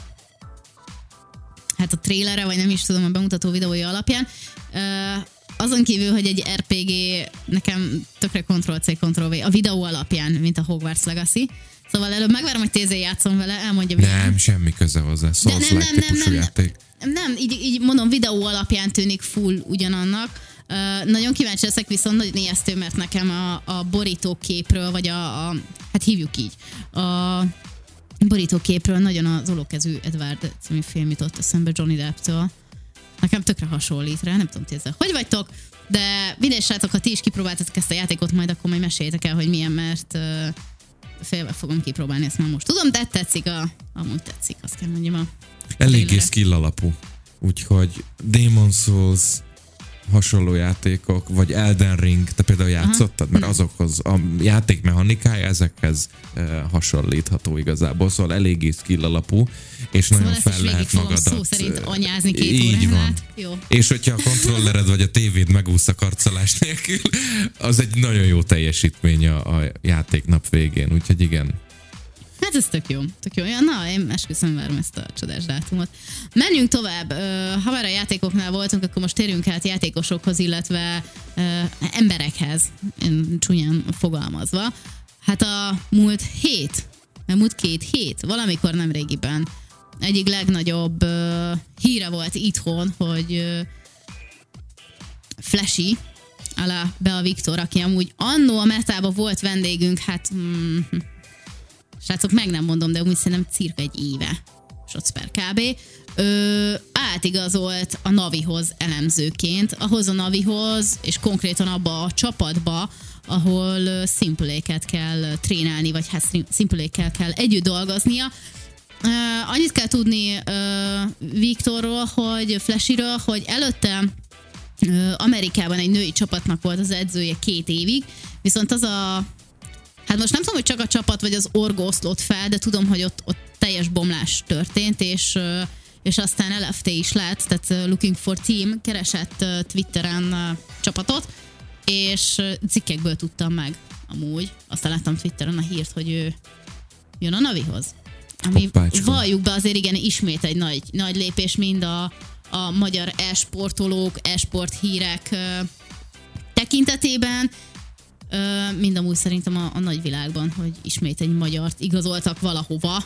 hát a trailere, vagy nem is tudom, a bemutató videója alapján. Ö, azon kívül, hogy egy er pé gé nekem tökre Ctrl-C, Ctrl-V a videó alapján, mint a Hogwarts Legacy. Szóval előbb megvárom, hogy tézé játszom vele, elmondja
Nem, milyen. Semmi köze hozzá. Souls-like típusú játék.
Nem, így, így mondom, videó alapján tűnik full ugyanannak. Uh, nagyon kíváncsi leszek, viszont nagyon ijesztő, mert nekem a, a borítóképről, vagy a, a, hát hívjuk így, a borítóképről nagyon az Olókezű Edward című film jutott eszembe Johnny Depptől. Nekem tökre hasonlít rá, nem tudom, ti ezzel hogy vagytok, de mindegy srácok, ha ti is kipróbáltatok ezt a játékot, majd akkor majd meséljétek el, hogy milyen, mert uh, félve fogom kipróbálni, ezt már most tudom, de tetszik, a, amúgy tetszik, azt kell mondjam a
eléggé skill alapú, úgyhogy Demon's Souls hasonló játékok, vagy Elden Ring, te például játszottad, aha, mert azokhoz a játék mechanikája ezekhez e, hasonlítható igazából, szóval eléggé skill alapú, és szóval nagyon fel lehet magadat.
Szó szerint anyázni két
így
órán
van.
át. Jó.
És hogyha a kontrollered vagy a tévéd megúsz a karcolás nélkül, az egy nagyon jó teljesítmény a, a játék nap végén, úgyhogy igen.
Hát ez tök jó, tök jó. Ja, na, én esküszöm, várom ezt a csodás dátumot. Menjünk tovább. Ha már a játékoknál voltunk, akkor most térjünk át játékosokhoz, illetve uh, emberekhez, csúnyán fogalmazva. Hát a múlt hét, a múlt két hét, valamikor nem régiben egyik legnagyobb uh, híre volt itthon, hogy uh, Flashy, alá Bea Viktor, aki amúgy annó a metába volt vendégünk, hát... Mm, srácok, meg nem mondom, de úgy szerintem cirka egy éve, Socper kb. Ö, átigazolt a Navihoz elemzőként, ahhoz a Navihoz, és konkrétan abba a csapatba, ahol szimpüléket kell trénálni, vagy hát szimpülékkel kell együtt dolgoznia. Ö, annyit kell tudni ö, Viktorról, hogy Flashyről, hogy előtte ö, Amerikában egy női csapatnak volt az edzője két évig, viszont az a hát most nem tudom, hogy csak a csapat vagy az org oszlott fel, de tudom, hogy ott, ott teljes bomlás történt, és, és aztán el ef té is lett, tehát Looking for Team keresett Twitteren csapatot, és cikkekből tudtam meg amúgy. Aztán láttam Twitteren a hírt, hogy ő jön a Navihoz. Ami
Hoppácska.
Valljuk be azért igen, ismét egy nagy, nagy lépés mind a, a magyar e-sportolók, e-sport hírek tekintetében, mind amúgy szerintem a, a nagyvilágban, hogy ismét egy magyart igazoltak valahova.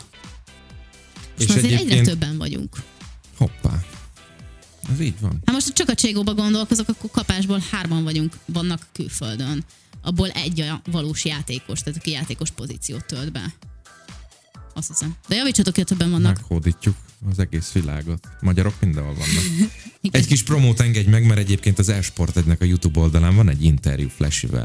És azért egyébként... egyre többen vagyunk.
Hoppá. Ez így van.
Hát most csak a Cségóba gondolkozok, akkor kapásból hárman vagyunk, vannak külföldön. Abból egy a valós játékos, tehát aki játékos pozíciót tölt be. Azt hiszem. De javítsatok, hogy többen vannak.
Meghódítjuk az egész világot. Magyarok mindenhol vannak. Egy kis promót engedj meg, mert egyébként az eSport egynek a YouTube oldalán van egy interjú Flashyvel.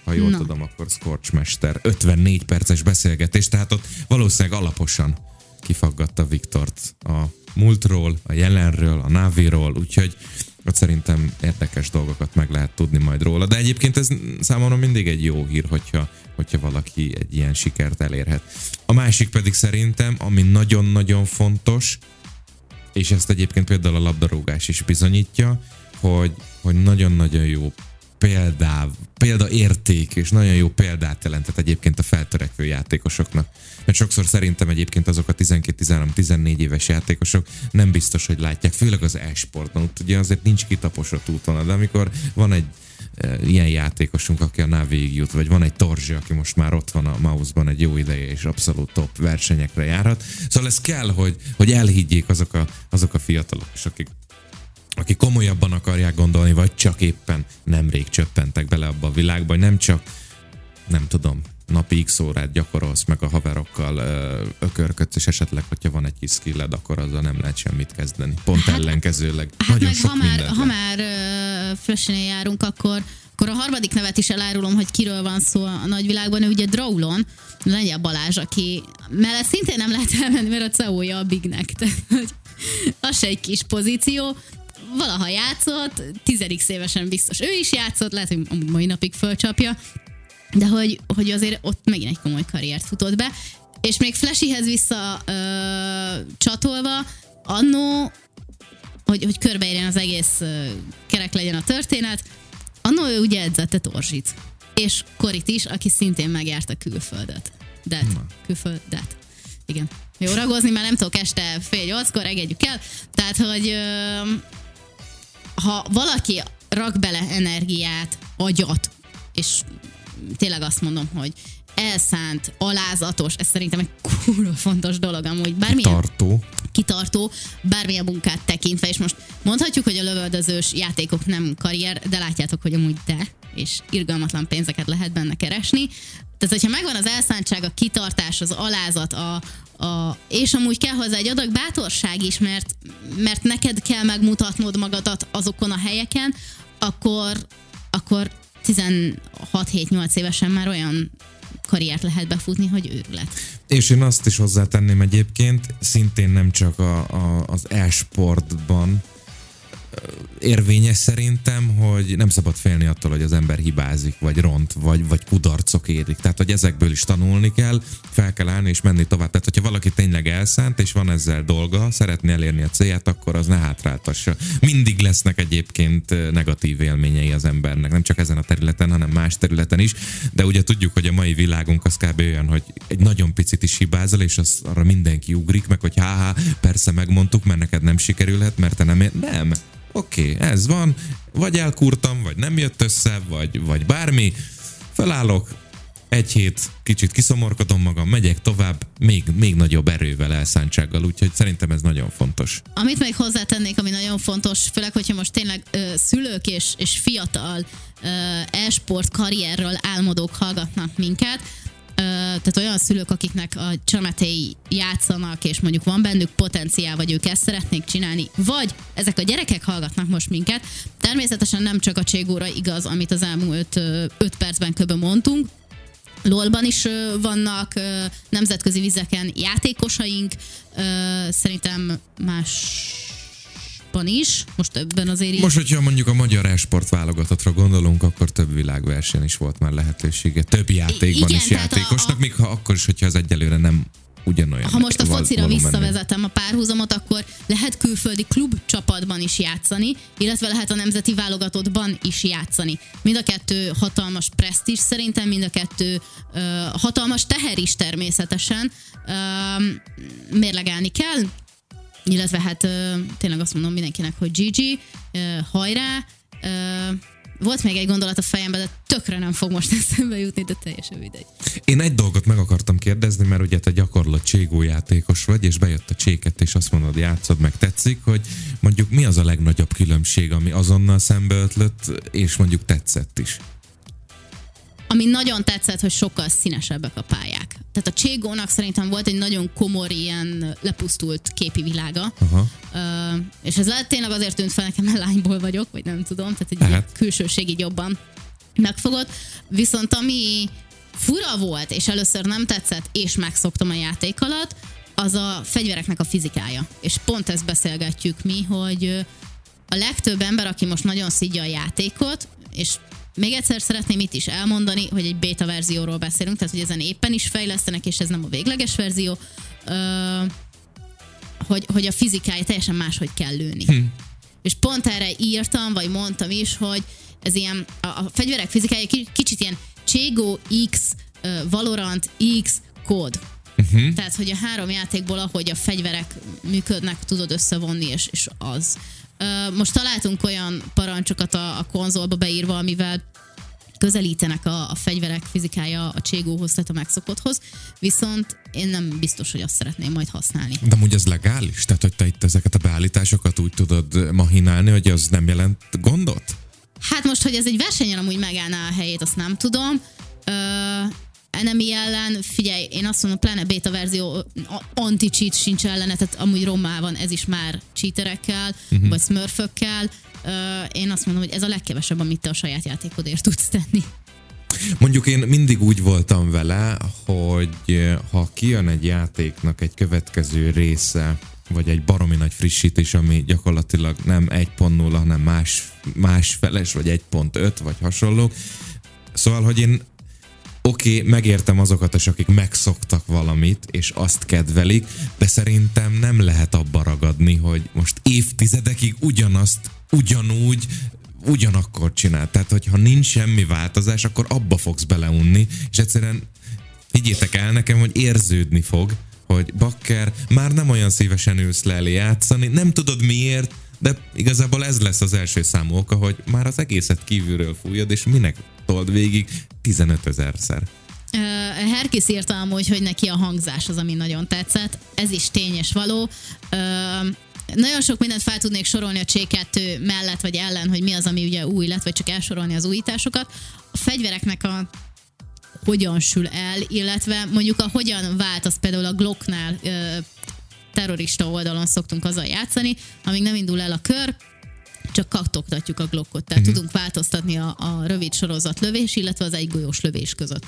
ha jól
Na.
tudom, akkor Scorchmester ötvennégy perces beszélgetés, tehát ott valószínűleg alaposan kifaggatta Viktort a múltról, a jelenről, a Naviról, úgyhogy ott szerintem érdekes dolgokat meg lehet tudni majd róla. De egyébként ez számomra mindig egy jó hír, hogyha, hogyha valaki egy ilyen sikert elérhet. A másik pedig szerintem, ami nagyon-nagyon fontos, és ezt egyébként például a labdarúgás is bizonyítja, hogy, hogy nagyon-nagyon jó példáv, példaérték, és nagyon jó példát jelentett egyébként a feltörekvő játékosoknak. Mert sokszor szerintem egyébként azok a tizenkét, tizenhárom, tizennégy éves játékosok nem biztos, hogy látják, főleg az e-sportban, ott ugye azért nincs kitaposott útvonal, de amikor van egy e, ilyen játékosunk, aki a Navig jut, vagy van egy Torzsi, aki most már ott van a mouse-ban egy jó ideje, és abszolút top versenyekre járhat. Szóval ez kell, hogy, hogy elhiggyék azok a, azok a fiatalok, és akik akik komolyabban akarják gondolni, vagy csak éppen nemrég csöppentek bele abba a világba, hogy nem csak, nem tudom, napi x órát gyakorolsz, meg a haverokkal ö, ökörködsz, és esetleg, hogyha van egy kis skilled, akkor azzal nem lehet semmit kezdeni. Pont hát, ellenkezőleg.
Hát
Nagyon
meg
sok
ha már,
mindent
ha
lehet.
már uh, Flash-nél járunk, akkor, akkor a harmadik nevet is elárulom, hogy kiről van szó a nagyvilágban, ő ugye Drawlon, Lengyel Balázs, aki mellett szintén nem lehet elmenni, mert a cé e o-ja a Bignek. Tehát, hogy az se egy kis pozíció. Valaha játszott, tíz évesen biztos ő is játszott, lehet, hogy a mai napig fölcsapja, de hogy, hogy azért ott megint egy komoly karriert futott be. És még Flashyhez vissza ö, csatolva, annó, hogy, hogy körbeérjen az egész ö, kerek legyen a történet, annó ő ugye edzette Torzsit. És Korit is, aki szintén megjárta külföldet. Det. Külföldet. Igen. Jó ragozni, már nem tudok este fél nyolckor, engedjük el. Tehát, hogy ö, ha valaki rak bele energiát, agyat, és tényleg azt mondom, hogy elszánt, alázatos, ez szerintem egy kurva fontos dolog amúgy. Bármilyen
Tartó.
kitartó, bármilyen munkát tekintve, és most mondhatjuk, hogy a lövöldözős játékok nem karrier, de látjátok, hogy amúgy de, és irgalmatlan pénzeket lehet benne keresni. Tehát, hogyha megvan az elszántság, a kitartás, az alázat, a, a, és amúgy kell hozzá egy adag bátorság is, mert, mert neked kell megmutatnod magadat azokon a helyeken, akkor, akkor tizenhat hét nyolc évesen már olyan karriert lehet befutni, hogy őrület.
És én azt is hozzátenném egyébként, szintén nem csak a, a, az e-sportban érvényes szerintem, hogy nem szabad félni attól, hogy az ember hibázik, vagy ront, vagy, vagy kudarcok érik. Tehát, hogy ezekből is tanulni kell, fel kell állni és menni tovább. Tehát, hogyha valaki tényleg elszánt, és van ezzel dolga, szeretné elérni a célját, akkor az ne hátráltassa. Mindig lesznek egyébként negatív élményei az embernek, nem csak ezen a területen, hanem más területen is, de ugye tudjuk, hogy a mai világunk az kb. Olyan, hogy egy nagyon picit is hibázol, és az, arra mindenki ugrik, meg hogy há-há, persze megmondtuk, mert neked nem sikerülhet, mert te nem ér... Nem. Oké, okay, ez van, vagy elkurtam, vagy nem jött össze, vagy, vagy bármi, felállok, egy hét, kicsit kiszomorkodom magam, megyek tovább, még, még nagyobb erővel, elszántsággal, úgyhogy szerintem ez nagyon fontos.
Amit még hozzátennék, ami nagyon fontos, főleg, hogyha most tényleg ö, szülők és, és fiatal ö, e-sport karrierről álmodók hallgatnak minket, tehát olyan szülők, akiknek a csametéi játszanak, és mondjuk van bennük potenciál, vagy ők ezt szeretnék csinálni, vagy ezek a gyerekek hallgatnak most minket, természetesen nem csak a Cségóra igaz, amit az elmúlt öt percben kb. Mondtunk, LOL-ban is vannak nemzetközi vizeken játékosaink, szerintem másban is, most ebben azért így...
Most, hogyha mondjuk a magyar e-sport válogatatra gondolunk, akkor több világverseny is volt már lehetősége, több játékban
igen,
is játékosnak, a, a... még ha akkor is, hogyha az egyelőre nem ugyanolyan.
Ha most a focira
val-
visszavezetem a párhuzamot, akkor lehet külföldi klubcsapatban is játszani, illetve lehet a nemzeti válogatottban is játszani. Mind a kettő hatalmas presztízs szerintem, mind a kettő uh, hatalmas teher is természetesen. Uh, mérlegelni kell, illetve hát uh, tényleg azt mondom mindenkinek, hogy gé gé, uh, hajrá. Uh, Volt még egy gondolat a fejemben, de tökre nem fog most eszembe jutni, de teljesen mindegy.
Én egy dolgot meg akartam kérdezni, mert ugye te gyakorlott Cségó játékos vagy, és bejött a Cséket, és azt mondod, játszod, meg tetszik, hogy mondjuk mi az a legnagyobb különbség, ami azonnal szembe ötlött, és mondjuk tetszett is?
Ami nagyon tetszett, hogy sokkal színesebbek a pályák. Tehát a Cségónak szerintem volt egy nagyon komor, ilyen lepusztult képi világa. Aha. Uh, és ez lehet tényleg azért tűnt fel nekem, mert lányból vagyok, vagy nem tudom, tehát egy ilyen külsőség így jobban megfogott. Viszont ami fura volt, és először nem tetszett, és megszoktam a játék alatt, az a fegyvereknek a fizikája. És pont ezt beszélgetjük mi, hogy a legtöbb ember, aki most nagyon szidja a játékot, és még egyszer szeretném itt is elmondani, hogy egy beta verzióról beszélünk, tehát hogy ezen éppen is fejlesztenek, és ez nem a végleges verzió, hogy, hogy a fizikája teljesen máshogy kell lőni. Hm. És pont erre írtam, vagy mondtam is, hogy ez ilyen, a, a fegyverek fizikája kicsit ilyen Cségó X, Valorant X kód. Uh-huh. Tehát, hogy a három játékból, ahogy a fegyverek működnek, tudod összevonni, és, és az. Most találtunk olyan parancsokat a, a konzolba beírva, amivel közelítenek a, a fegyverek fizikája a Cségóhoz, tehát a megszokotthoz, viszont én nem biztos, hogy azt szeretném majd használni.
De amúgy ez legális? Tehát, hogy te itt ezeket a beállításokat úgy tudod mahinálni, hogy az nem jelent gondot?
Hát most, hogy ez egy versenyen amúgy megállná a helyét, azt nem tudom. Ö- Enemi ellen, figyelj, én azt mondom, pláne beta verzió anti-cheat sincs ellene, tehát amúgy rommá van ez is már cheaterekkel, uh-huh. vagy smurfökkel. Uh, én azt mondom, hogy ez a legkevesebb, amit te a saját játékodért tudsz tenni.
Mondjuk én mindig úgy voltam vele, hogy ha kijön egy játéknak egy következő része, vagy egy baromi nagy frissítés, ami gyakorlatilag nem egy pont nulla, hanem más, más feles, vagy egy pont öt, vagy hasonlók. Szóval, hogy én oké, okay, megértem azokat is, akik megszoktak valamit, és azt kedvelik, de szerintem nem lehet abba ragadni, hogy most évtizedekig ugyanazt, ugyanúgy, ugyanakkor csinál. Tehát, hogyha nincs semmi változás, akkor abba fogsz beleunni, és egyszerűen higgyétek el nekem, hogy érződni fog, hogy bakker, már nem olyan szívesen ülsz le elé játszani, nem tudod miért, de igazából ez lesz az első számú oka, hogy már az egészet kívülről fújod, és minek told végig tizenötezerszer.
Uh, Herkis írta amúgy, hogy neki a hangzás az, ami nagyon tetszett. Ez is tény és való. Uh, nagyon sok mindent fel tudnék sorolni a Cég kettő mellett vagy ellen, hogy mi az, ami ugye új lett, vagy csak elsorolni az újításokat. A fegyvereknek a hogyan sül el, illetve mondjuk a hogyan vált, az például a Glocknál uh, terrorista oldalon szoktunk azzal játszani, amíg nem indul el a kör, csak kattogtatjuk a Glockot, tehát uh-huh. tudunk változtatni a, a rövid sorozat lövés, illetve az egygolyós lövés között.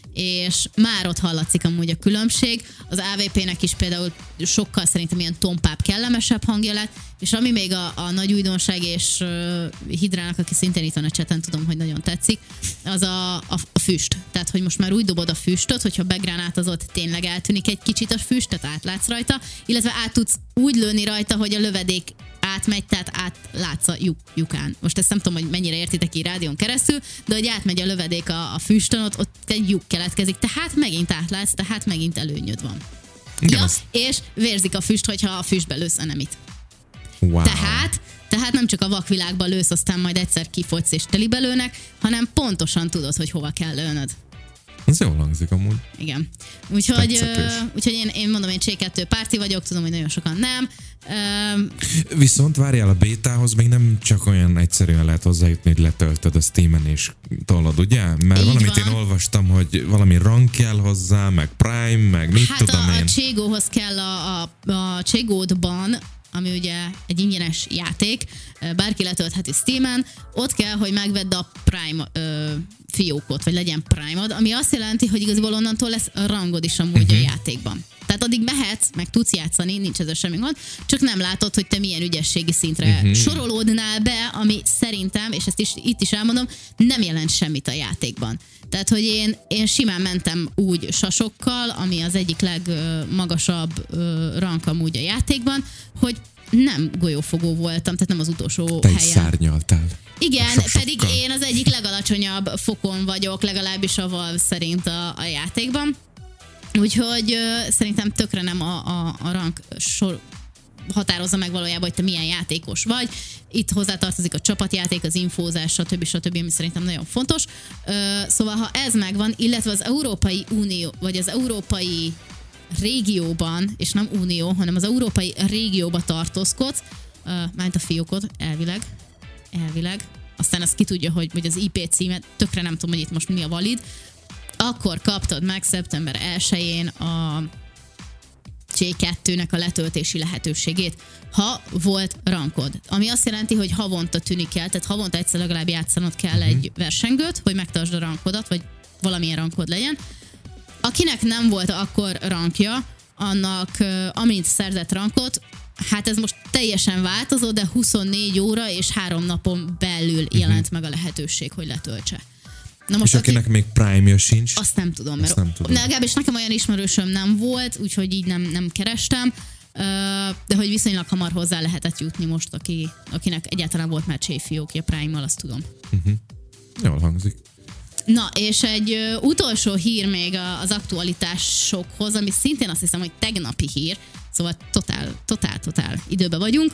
És már ott hallatszik amúgy a különbség. Az á vé pé-nek is például sokkal szerintem ilyen tompább, kellemesebb hangja lett, és ami még a, a nagy újdonság, és uh, Hidrának, aki szintén itt van a chaten, tudom, hogy nagyon tetszik, az a, a, a füst. Tehát, hogy most már úgy dobod a füstöt, hogyha begránátozott, tényleg eltűnik egy kicsit a füst, tehát átlátsz rajta, illetve át tudsz úgy lőni rajta, hogy a lövedék átmegy, tehát átlátsz a lyuk, lyukán. Most ezt nem tudom, hogy mennyire értitek így rádión keresztül, de hogy átmegy a lövedék a, a füstön, ott, ott egy lyuk keletkezik, tehát megint átlátsz, tehát megint előnyöd van.
Igen,
ja,
az...
és vérzik a füst, hogyha a füstbe lősz enemit.
Wow.
Tehát, tehát nem csak a vakvilágba lősz, aztán majd egyszer kifogysz és telibe lőnek, hanem pontosan tudod, hogy hova kell lőnöd.
Ez jól hangzik amúgy.
Igen. Úgyhogy, uh, úgyhogy én, én mondom, én Cég kettő párti vagyok, tudom, hogy nagyon sokan nem. Uh,
Viszont várjál, a bétához még nem csak olyan egyszerűen lehet hozzájutni, hogy letöltöd a Steamen és tolod, ugye? Mert így valamit van. Én olvastam, hogy valami rank kell hozzá, meg Prime, meg mit
hát
tudom
a,
én.
Hát a Cségóhoz kell a, a, a Cségódban, ami ugye egy ingyenes játék, bárki letöltheti Steamen, ott kell, hogy megvedd a Prime ö, fiókot, vagy legyen Prime-od, ami azt jelenti, hogy igazából onnantól lesz rangod is amúgy uh-huh. a játékban. Tehát addig mehetsz, meg tudsz játszani, nincs ezzel semmi gond, csak nem látod, hogy te milyen ügyességi szintre uh-huh. sorolódnál be, ami szerintem, és ezt is itt is elmondom, nem jelent semmit a játékban. Tehát, hogy én, én simán mentem úgy sasokkal, ami az egyik legmagasabb rank amúgy a játékban, hogy nem golyófogó voltam, tehát nem az utolsó
te
helyen.
Te szárnyaltál.
Igen, pedig én az egyik legalacsonyabb fokon vagyok, legalábbis a Valve szerint a, a játékban. Úgyhogy uh, szerintem tökre nem a, a, a rank sor határozza meg valójában, hogy te milyen játékos vagy. Itt hozzátartozik a csapatjáték, az infózás, stb. stb., ami szerintem nagyon fontos. Uh, szóval, ha ez megvan, illetve az Európai Unió, vagy az Európai régióban, és nem unió, hanem az európai régióba tartózkodsz, uh, mármint a fiókod, elvileg, elvileg, aztán azt ki tudja, hogy, hogy az í pé címet, tökre nem tudom, hogy itt most mi a valid, akkor kaptad meg szeptember elsején a J kettőnek a letöltési lehetőségét, ha volt rankod. Ami azt jelenti, hogy havonta tűnik el, tehát havonta egyszer legalább játszanod kell uh-huh. egy versengőt, hogy megtartsd a rankodat, vagy valamilyen rankod legyen. Akinek nem volt akkor rankja, annak amint szerzett rankot, hát ez most teljesen változó, de huszonnégy óra és három napon belül jelent uh-huh. meg a lehetőség, hogy letöltse. Na most
és akinek aki, még Prime-ja sincs?
Azt nem tudom, mert
nem tudom.
legalábbis nekem olyan ismerősöm nem volt, úgyhogy így nem, nem kerestem, de hogy viszonylag hamar hozzá lehetett jutni most, aki, akinek egyáltalán volt már cséfiókja Prime-mal, azt tudom.
Uh-huh. Jól hangzik.
Na, és egy ö, utolsó hír még az aktualitásokhoz, ami szintén azt hiszem, hogy tegnapi hír, szóval totál, totál, totál időben vagyunk.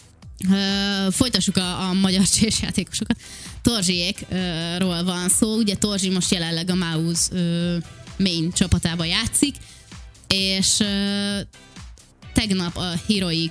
Ö, folytassuk a, a magyar csésjátékosokat. Torzsiékról van szó, ugye Torzsi most jelenleg a Mouse ö, main csapatában játszik, és ö, tegnap a Heroic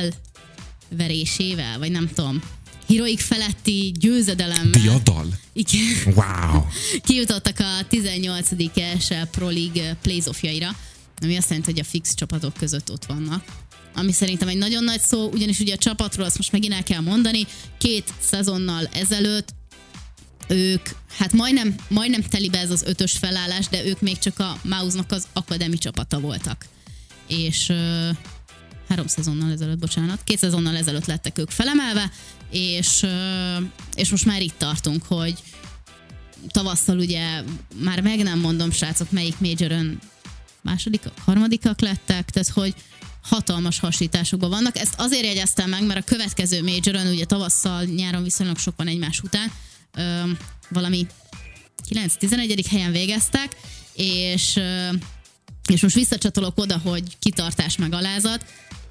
elverésével, vagy nem tudom, Heroic feletti győzedelemmel.
Diadal?
Igen.
Wow.
Kijutottak a tizennyolcadik es el Pro League playoffjaira, ami azt jelenti, hogy a fix csapatok között ott vannak. Ami szerintem egy nagyon nagy szó, ugyanis ugye a csapatról azt most megint el kell mondani, két szezonnal ezelőtt ők, hát majdnem, majdnem telibe ez az ötös felállás, de ők még csak a Mouse-nak az akademi csapata voltak. És uh, három szezonnal ezelőtt, bocsánat, két szezonnal ezelőtt lettek ők felemelve, és, uh, és most már itt tartunk, hogy tavasszal ugye, már meg nem mondom, srácok, melyik majoron másodikak, harmadikak lettek, tehát hogy hatalmas hasításokban vannak. Ezt azért jegyeztem meg, mert a következő majoron, ugye tavasszal, nyáron viszonylag sok van egymás után, ö, valami kilenc-tizenegyedik helyen végeztek, és, ö, és most visszacsatolok oda, hogy kitartás meg alázat.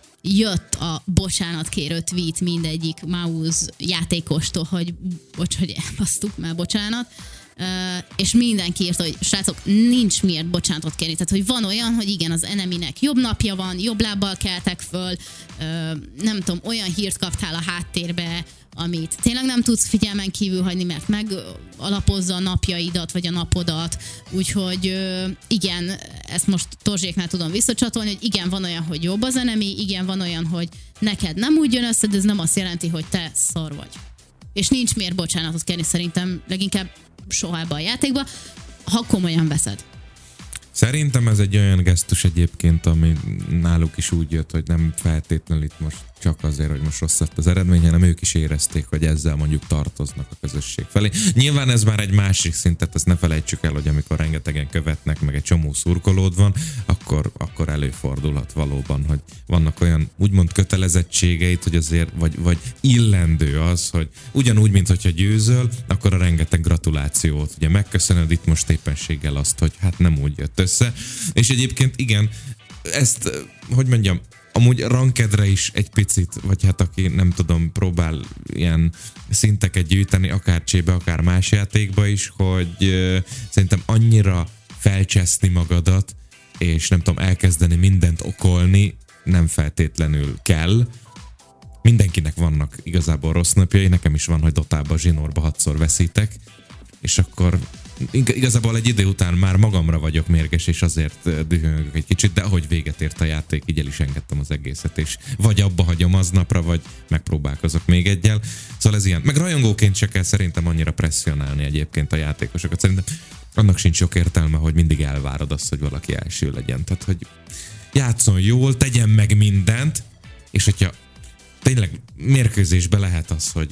Jött a bocsánatkérő tweet mindegyik Mouse játékostól, hogy bocs, hogy elbasztuk, már bocsánat. Uh, és mindenki írta, hogy srácok, nincs miért bocsánatot kérni. Tehát, hogy van olyan, hogy igen, az eneminek jobb napja van, jobb lábbal keltek föl, uh, nem tudom, olyan hírt kaptál a háttérbe, amit tényleg nem tudsz figyelmen kívül hagyni, mert megalapozza a napjaidat, vagy a napodat. Úgyhogy uh, igen, ezt most Torzséknál tudom visszacsatolni, hogy igen, van olyan, hogy jobb az enemi, igen, van olyan, hogy neked nem úgy jön össze, de ez nem azt jelenti, hogy te szar vagy. És nincs miért bocsánatot kérni szerintem, leginkább soha ebbe a játékba, ha komolyan veszed.
Szerintem ez egy olyan gesztus egyébként, ami náluk is úgy jött, hogy nem feltétlenül itt most csak azért, hogy most rossz lett az eredmény, hanem ők is érezték, hogy ezzel mondjuk tartoznak a közösség felé. Nyilván ez már egy másik szintet, ezt ne felejtsük el, hogy amikor rengetegen követnek, meg egy csomó szurkolód van, akkor, akkor előfordulhat valóban, hogy vannak olyan úgymond kötelezettségeit, hogy azért, vagy, vagy illendő az, hogy ugyanúgy, mint hogyha győzöl, akkor a rengeteg gratulációt ugye megköszönöd itt most éppenséggel azt, hogy hát nem úgy jött össze. És egyébként igen, ezt, hogy mondjam, amúgy rankedre is egy picit, vagy hát aki nem tudom, próbál ilyen szinteket gyűjteni, akár csébe, akár más játékba is, hogy uh, szerintem annyira felcseszni magadat, és nem tudom, elkezdeni mindent okolni, nem feltétlenül kell. Mindenkinek vannak igazából rossz napjai, nekem is van, hogy Dotába, zsinórba hatszor veszítek, és akkor igazából egy idő után már magamra vagyok mérges, és azért dühöngök egy kicsit, de ahogy véget ért a játék, így el is engedtem az egészet, és vagy abba hagyom aznapra, vagy megpróbálkozok még egyel. Szóval ez ilyen. Meg rajongóként se kell szerintem annyira presszionálni egyébként a játékosokat. Szerintem annak sincs sok értelme, hogy mindig elvárod azt, hogy valaki első legyen. Tehát, hogy játszon jól, tegyen meg mindent, és hogyha tényleg mérkőzésben lehet az, hogy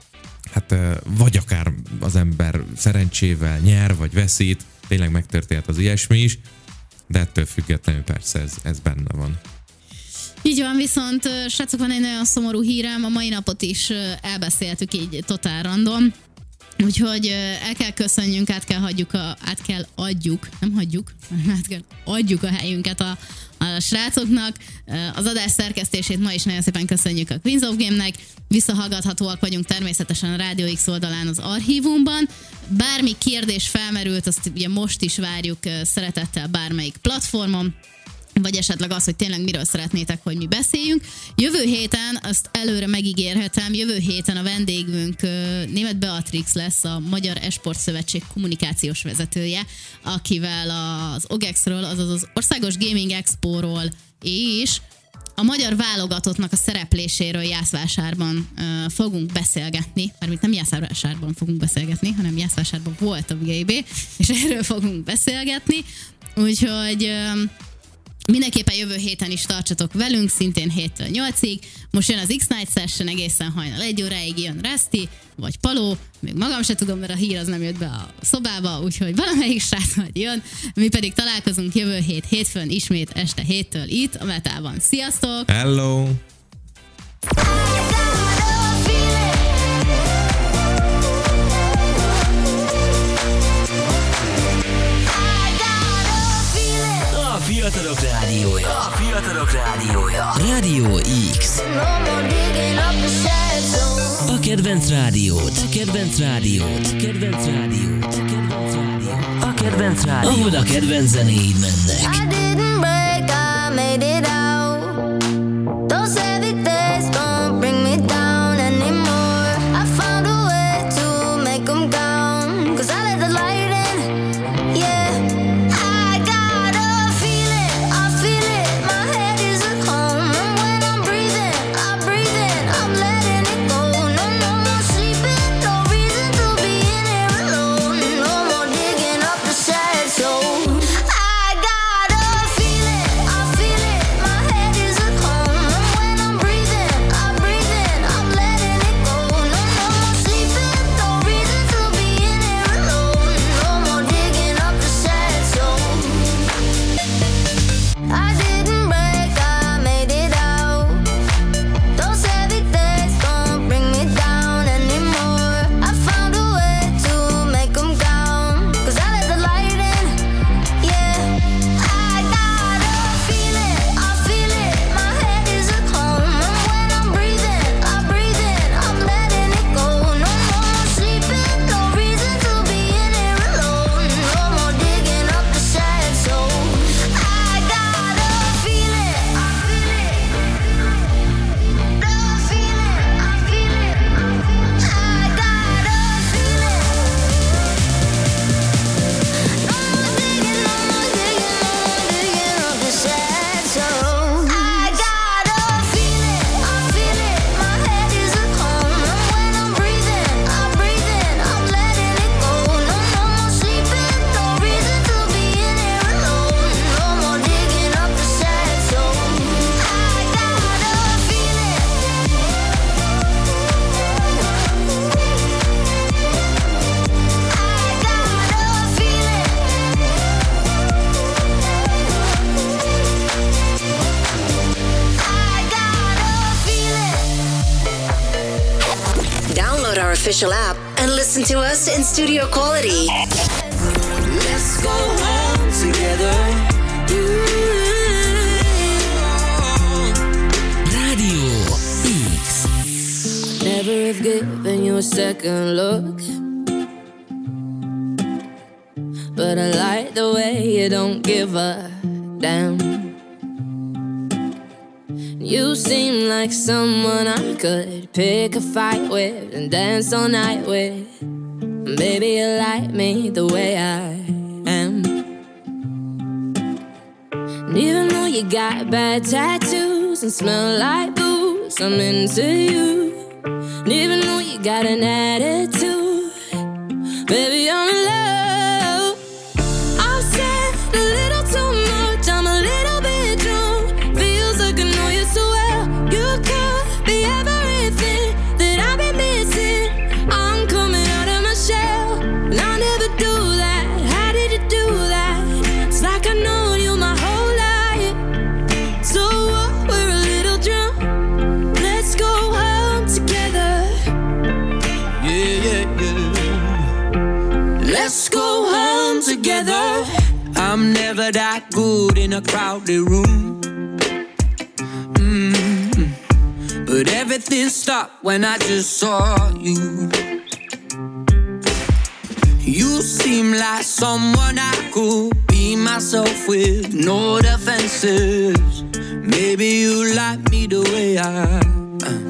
hát vagy akár az ember szerencsével nyer, vagy veszít, tényleg megtörténhet az ilyesmi is, de ettől függetlenül persze ez, ez benne van.
Így van, viszont srácok, van egy nagyon szomorú hírem, a mai napot is elbeszéltük így totál random, úgyhogy el kell köszönjünk, át kell hagyjuk, a, át kell adjuk, nem hagyjuk, át kell adjuk a helyünket a, a srácoknak. Az adás szerkesztését ma is nagyon szépen köszönjük a Queens of Game-nek, visszahallgathatóak vagyunk természetesen a Rádió X oldalán az archívumban. Bármi kérdés felmerült, azt ugye most is várjuk szeretettel bármelyik platformon, vagy esetleg az, hogy tényleg miről szeretnétek, hogy mi beszéljünk. Jövő héten, azt előre megígérhetem, jövő héten a vendégünk Németh Beatrix lesz, a Magyar Esport Szövetség kommunikációs vezetője, akivel az o gé e iksz-ről, azaz az Országos Gaming Expo-ról és a magyar válogatottnak a szerepléséről Jászvásárban uh, fogunk beszélgetni, mármint nem Jászvásárban fogunk beszélgetni, hanem Jászvásárban volt a gé bé, és erről fogunk beszélgetni, úgyhogy uh, mindenképpen jövő héten is tartsatok velünk, szintén héttől nyolcig. Most jön az X-Night Session, egészen hajnal egy óráig jön Reszti, vagy Paló, még magam se tudom, mert a hír az nem jött be a szobába, úgyhogy valamelyik srác majd jön. Mi pedig találkozunk jövő hét hétfőn ismét este héttől itt a Metában. Sziasztok!
Hello!
A Fiatalok Rádiója. A Fiatalok Rádiója. Rádió X. A kedvenc rádiót. A kedvenc rádiót. A kedvenc rádiót. A kedvenc rádiót. A kedvenc rádiót. Ahol a kedvenc zenéid mennek.
I didn't break, I made it out. Those heavy days don't bring me down anymore. I found a way to make them count. Cause I let the light in, yeah. I got a feeling, I feel it. My head is at home. And when I'm breathing, I'm breathing. I'm letting it go. No, no more sleeping. No reason to be in here alone. No more digging up the sad soul. I got a feeling, I feel it. My head is at home. And when I'm breathing, I'm breathing. I'm letting it go. No, no more sleeping. No reason to be in here alone. No more digging up the sad soul. I didn't break, I made it out. Those heavy days don't bring me down anymore. I found a way to make them count. Cause I let the light in, yeah. I got a feeling, I feel it. My head is at home. And when I'm breathing, I'm breathing. I'm letting it go. No more sleeping. No reason to be in here alone. No more digging up the sad soul. I got a feeling, I feel it. The feeling, I feel it. I got a feeling. No more digging, no more digging, no more digging up the sad soul. I got a feeling, I feel it. My head is at home. And when I'm breathing, I'm breathing. I'm letting it go. No, no more sleeping. No reason to be in here alone. No more digging up the sad soul. I got a feeling. I got a feeling. I got a feeling.
Download our official app and listen to us in studio quality.
Let's go home together. Rádió X.
Never have given you a second look, but I like the way you don't give a damn. You seem like someone I could pick a fight with and dance all night with. Baby, you like me the way I am. And even though you got bad tattoos and smell like booze, I'm into you. And even though you got an attitude, baby, I'm in love. I've said a little too much, I'm a little bit drunk. Feels like I know you so well. You could be everything that I've been missing. I'm coming out of my shell, and I never do that. How did you do that? It's like I know you my whole life. So what? We're a little drunk. Let's go home together.
Yeah, yeah, yeah. Let's go home together. I'm never that good in a crowded room. Mm-hmm. But everything stopped when I just saw you. You seem like someone I could be myself with, no defenses. Maybe you like me the way I am.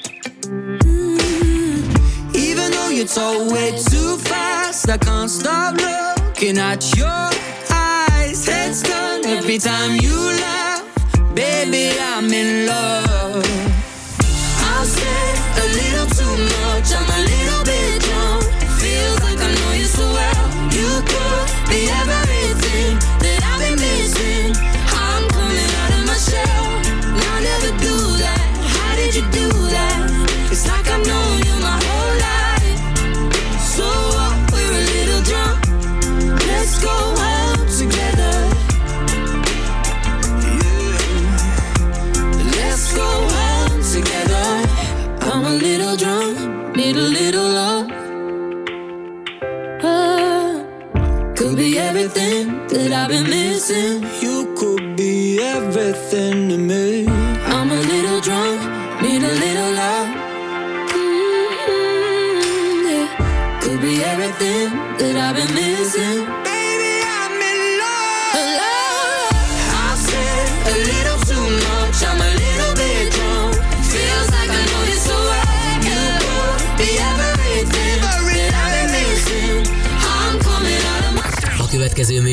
Even though you talk way too fast, I can't stop looking at your eyes. Head's done every time you laugh. Baby, I'm in love. I'll say a little too much, I'm a little bit drunk. Feels like I know you so well. You could be everything that I've been missing. I'm coming out of my shell. I'll never do that. How did you do that? It's like I've known you my whole life. So what? We're a little drunk. Let's go home together. Yeah. Let's go home together. I'm a little drunk, need a little love. Could be everything that I've been missing. You could be everything to me. I'm a little drunk, need a little love. Mm-hmm, yeah. Could be everything that I've been missing. Baby, I'm in love. love. I've said a little too much, I'm a little bit drunk. Feels like I know you so well. You could be everything that I've been missing. I'm coming out of my...
A következő mű